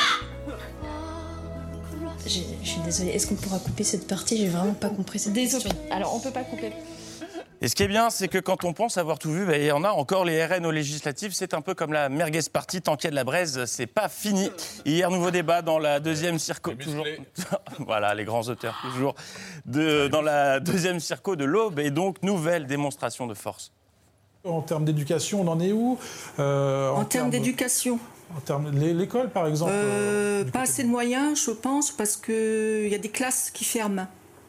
S18: Je suis désolée, est-ce qu'on pourra couper cette partie? J'ai vraiment pas compris cette question.
S12: Alors, on peut pas couper.
S9: Et ce qui est bien, c'est que quand on pense avoir tout vu, bah, il y en a encore les R N aux législatives. C'est un peu comme la merguez party, tant qu'il y a de la braise, c'est pas fini. Hier, nouveau débat dans la deuxième circo... Toujours... voilà, les grands auteurs, toujours. De... Dans la deuxième circo de l'Aube, et donc, nouvelle démonstration de force.
S15: En termes d'éducation, on en est où euh,
S17: En, en termes d'éducation
S15: En termes de l'école, par exemple
S17: euh, Pas assez de moyens, je pense, parce qu'il y a des classes qui ferment.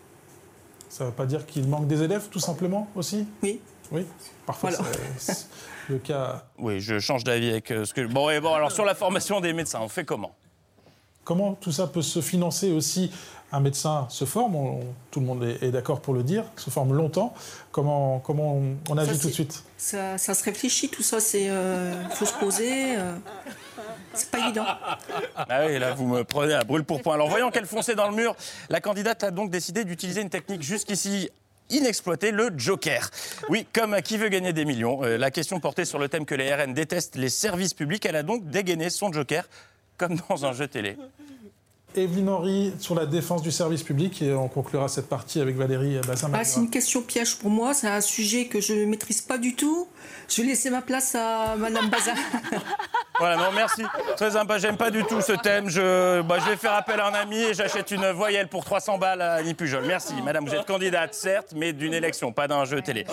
S15: Ça ne veut pas dire qu'il manque des élèves, tout simplement, aussi?
S17: Oui.
S15: Oui, parfois
S17: voilà.
S15: c'est, c'est le cas...
S9: Oui, je change d'avis avec ce que... Bon, et bon, alors sur la formation des médecins, on fait comment?
S15: Comment tout ça peut se financer aussi? Un médecin se forme, on, tout le monde est, est d'accord pour le dire, se forme longtemps. Comment, comment on, on agit
S17: ça,
S15: tout de suite?
S17: ça, ça se réfléchit, tout ça, il euh, faut se poser. Euh, c'est pas évident.
S9: Ah oui, là, vous me prenez à brûle-pourpoint. Alors, voyant qu'elle fonçait dans le mur, la candidate a donc décidé d'utiliser une technique jusqu'ici inexploitée, le joker. Oui, comme Qui veut gagner des millions, euh, la question portait sur le thème que les R N détestent les services publics. Elle a donc dégainé son joker, comme dans un jeu télé.
S15: Evelyne Henry, sur la défense du service public, et on conclura cette partie avec Valérie Bazin-Magra.
S17: Ah, c'est une question piège pour moi, c'est un sujet que je ne maîtrise pas du tout. Je vais laisser ma place à Madame Bazin.
S9: Voilà, non, merci. Très sympa, j'aime pas du tout ce thème. Je, bah, je vais faire appel à un ami et j'achète une voyelle pour trois cents balles à Annie Pujol. Merci, madame, vous êtes candidate, certes, mais d'une élection, pas d'un jeu télé.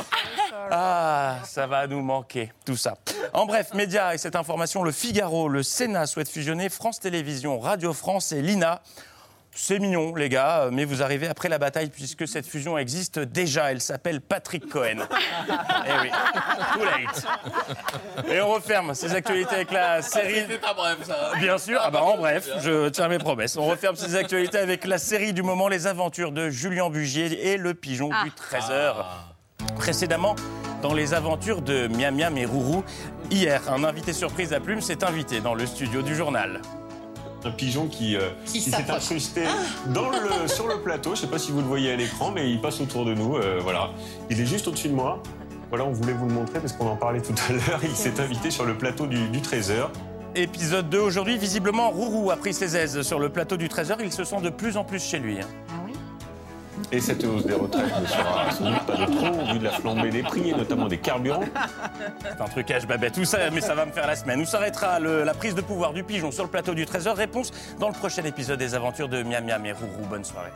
S9: Ah, ça va nous manquer, tout ça. En bref, médias et cette information, le Figaro, le Sénat souhaite fusionner France Télévisions, Radio France et l'I N A. C'est mignon, les gars, mais vous arrivez après la bataille puisque cette fusion existe déjà. Elle s'appelle Patrick Cohen. Eh oui, too late. Et on referme ces actualités avec la série...
S7: C'était pas bref, ça.
S9: Bien sûr, ah bah en bref, je tiens mes promesses. On referme ces actualités avec la série du moment, les aventures de Julien Bugier et le pigeon ah. du treize heures. Ah. Précédemment, dans les aventures de Miam Miam et Rourou, hier, un invité surprise à Plume s'est invité dans le studio du journal.
S28: Un pigeon qui, euh, qui, qui s'est incrusté dans le, sur le plateau. Je ne sais pas si vous le voyez à l'écran, mais il passe autour de nous. Euh, voilà. Il est juste au-dessus de moi. Voilà, on voulait vous le montrer parce qu'on en parlait tout à l'heure. Il s'est invité sur le plateau du, du treize heures.
S9: Épisode deux aujourd'hui. Visiblement, Rourou a pris ses aises sur le plateau du treize heures. Il se sent de plus en plus chez lui. Hein.
S28: Ah oui. Et cette hausse des retraites ne sera sans doute pas de trop, au vu de la flambée des prix, et notamment des carburants.
S9: C'est un trucage, Babette, tout ça, mais ça va me faire la semaine. Où s'arrêtera le, la prise de pouvoir du pigeon sur le plateau du treize heures? Réponse dans le prochain épisode des aventures de Miam Miam et Rourou. Bonne soirée.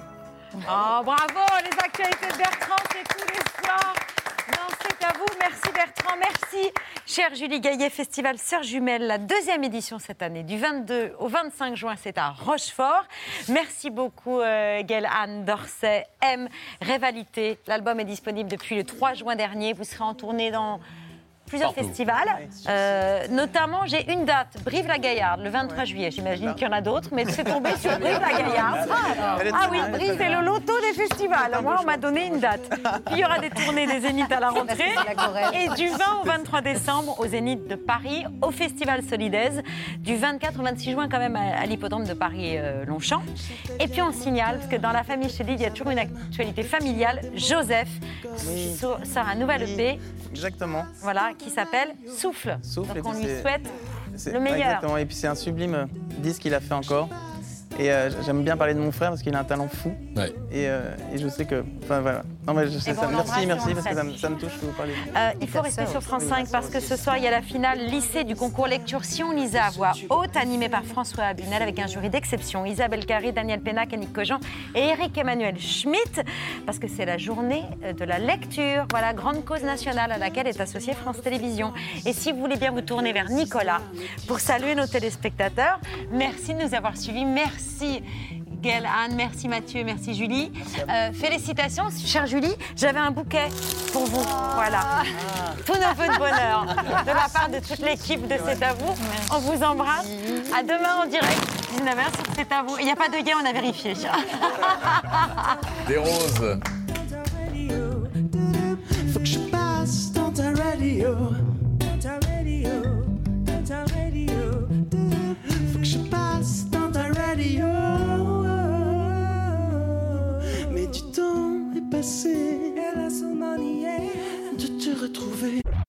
S1: Oh, bravo, les actualités de Bertrand, c'est tous les soirs. Non, c'est à vous. Merci Bertrand, merci. Chère Julie Gaillet, Festival Sœurs Jumelles, la deuxième édition cette année, du vingt-deux au vingt-cinq juin, c'est à Rochefort. Merci beaucoup euh, Gaëlle, Anne, Dorset, M, Rivalité. L'album est disponible depuis le trois juin dernier. Vous serez en tournée dans plusieurs Partout. festivals. Euh, notamment, j'ai une date, Brive-la-Gaillarde, le vingt-trois juillet. J'imagine qu'il y en a d'autres, mais c'est tombé sur Brive-la-Gaillarde. Ah, ah oui, Brive, c'est le loto des festivals. Moi, on m'a donné une date. Puis il y aura des tournées des Zéniths à la rentrée. Et du vingt au vingt-trois décembre, au Zénith de Paris, au Festival Solidaise. Du vingt-quatre au vingt-six juin, quand même, à l'hippodrome de Paris-Longchamp. Et puis, on signale, parce que dans la famille Chédid, il y a toujours une actualité familiale. Joseph oui. sort un nouvel E P.
S4: Exactement.
S1: Voilà, qui s'appelle Souffle.
S4: Souffle.
S1: Donc on lui souhaite le meilleur.
S4: Exactement, et puis c'est un sublime disque qu'il a fait encore. Et euh, j'aime bien parler de mon frère parce qu'il a un talent fou.
S7: Ouais.
S4: Et, euh, et je sais que. Enfin voilà. Non, mais je sais
S1: Et bon,
S4: ça.
S1: on
S4: Merci,
S1: l'embrasse et
S4: merci,
S1: on
S4: parce
S1: le
S4: que ça, me-
S1: salue.
S4: ça me touche que vous parlez.
S1: Euh, il faut rester sur France cinq parce que ce soir, il y a la finale lycée du concours lecture Si on lisait à voix haute, animée par François Abunel avec un jury d'exception. Isabelle Carré, Daniel Pénac, Annick Cogent et Éric-Emmanuel Schmitt, parce que c'est la journée de la lecture. Voilà, grande cause nationale à laquelle est associée France Télévisions. Et si vous voulez bien vous tourner vers Nicolas pour saluer nos téléspectateurs, merci de nous avoir suivis. Merci. Gaëlle, Anne, merci Mathieu, merci Julie. Euh, félicitations, chère Julie, j'avais un bouquet pour vous. Voilà. Tous nos vœux de bonheur de la part de toute l'équipe de C'est à vous. On vous embrasse. À demain en direct, dix-neuf heures sur C'est à vous. Il n'y a pas de gay, on a vérifié.
S7: Des roses.
S2: Faut que je passe dans ta radio.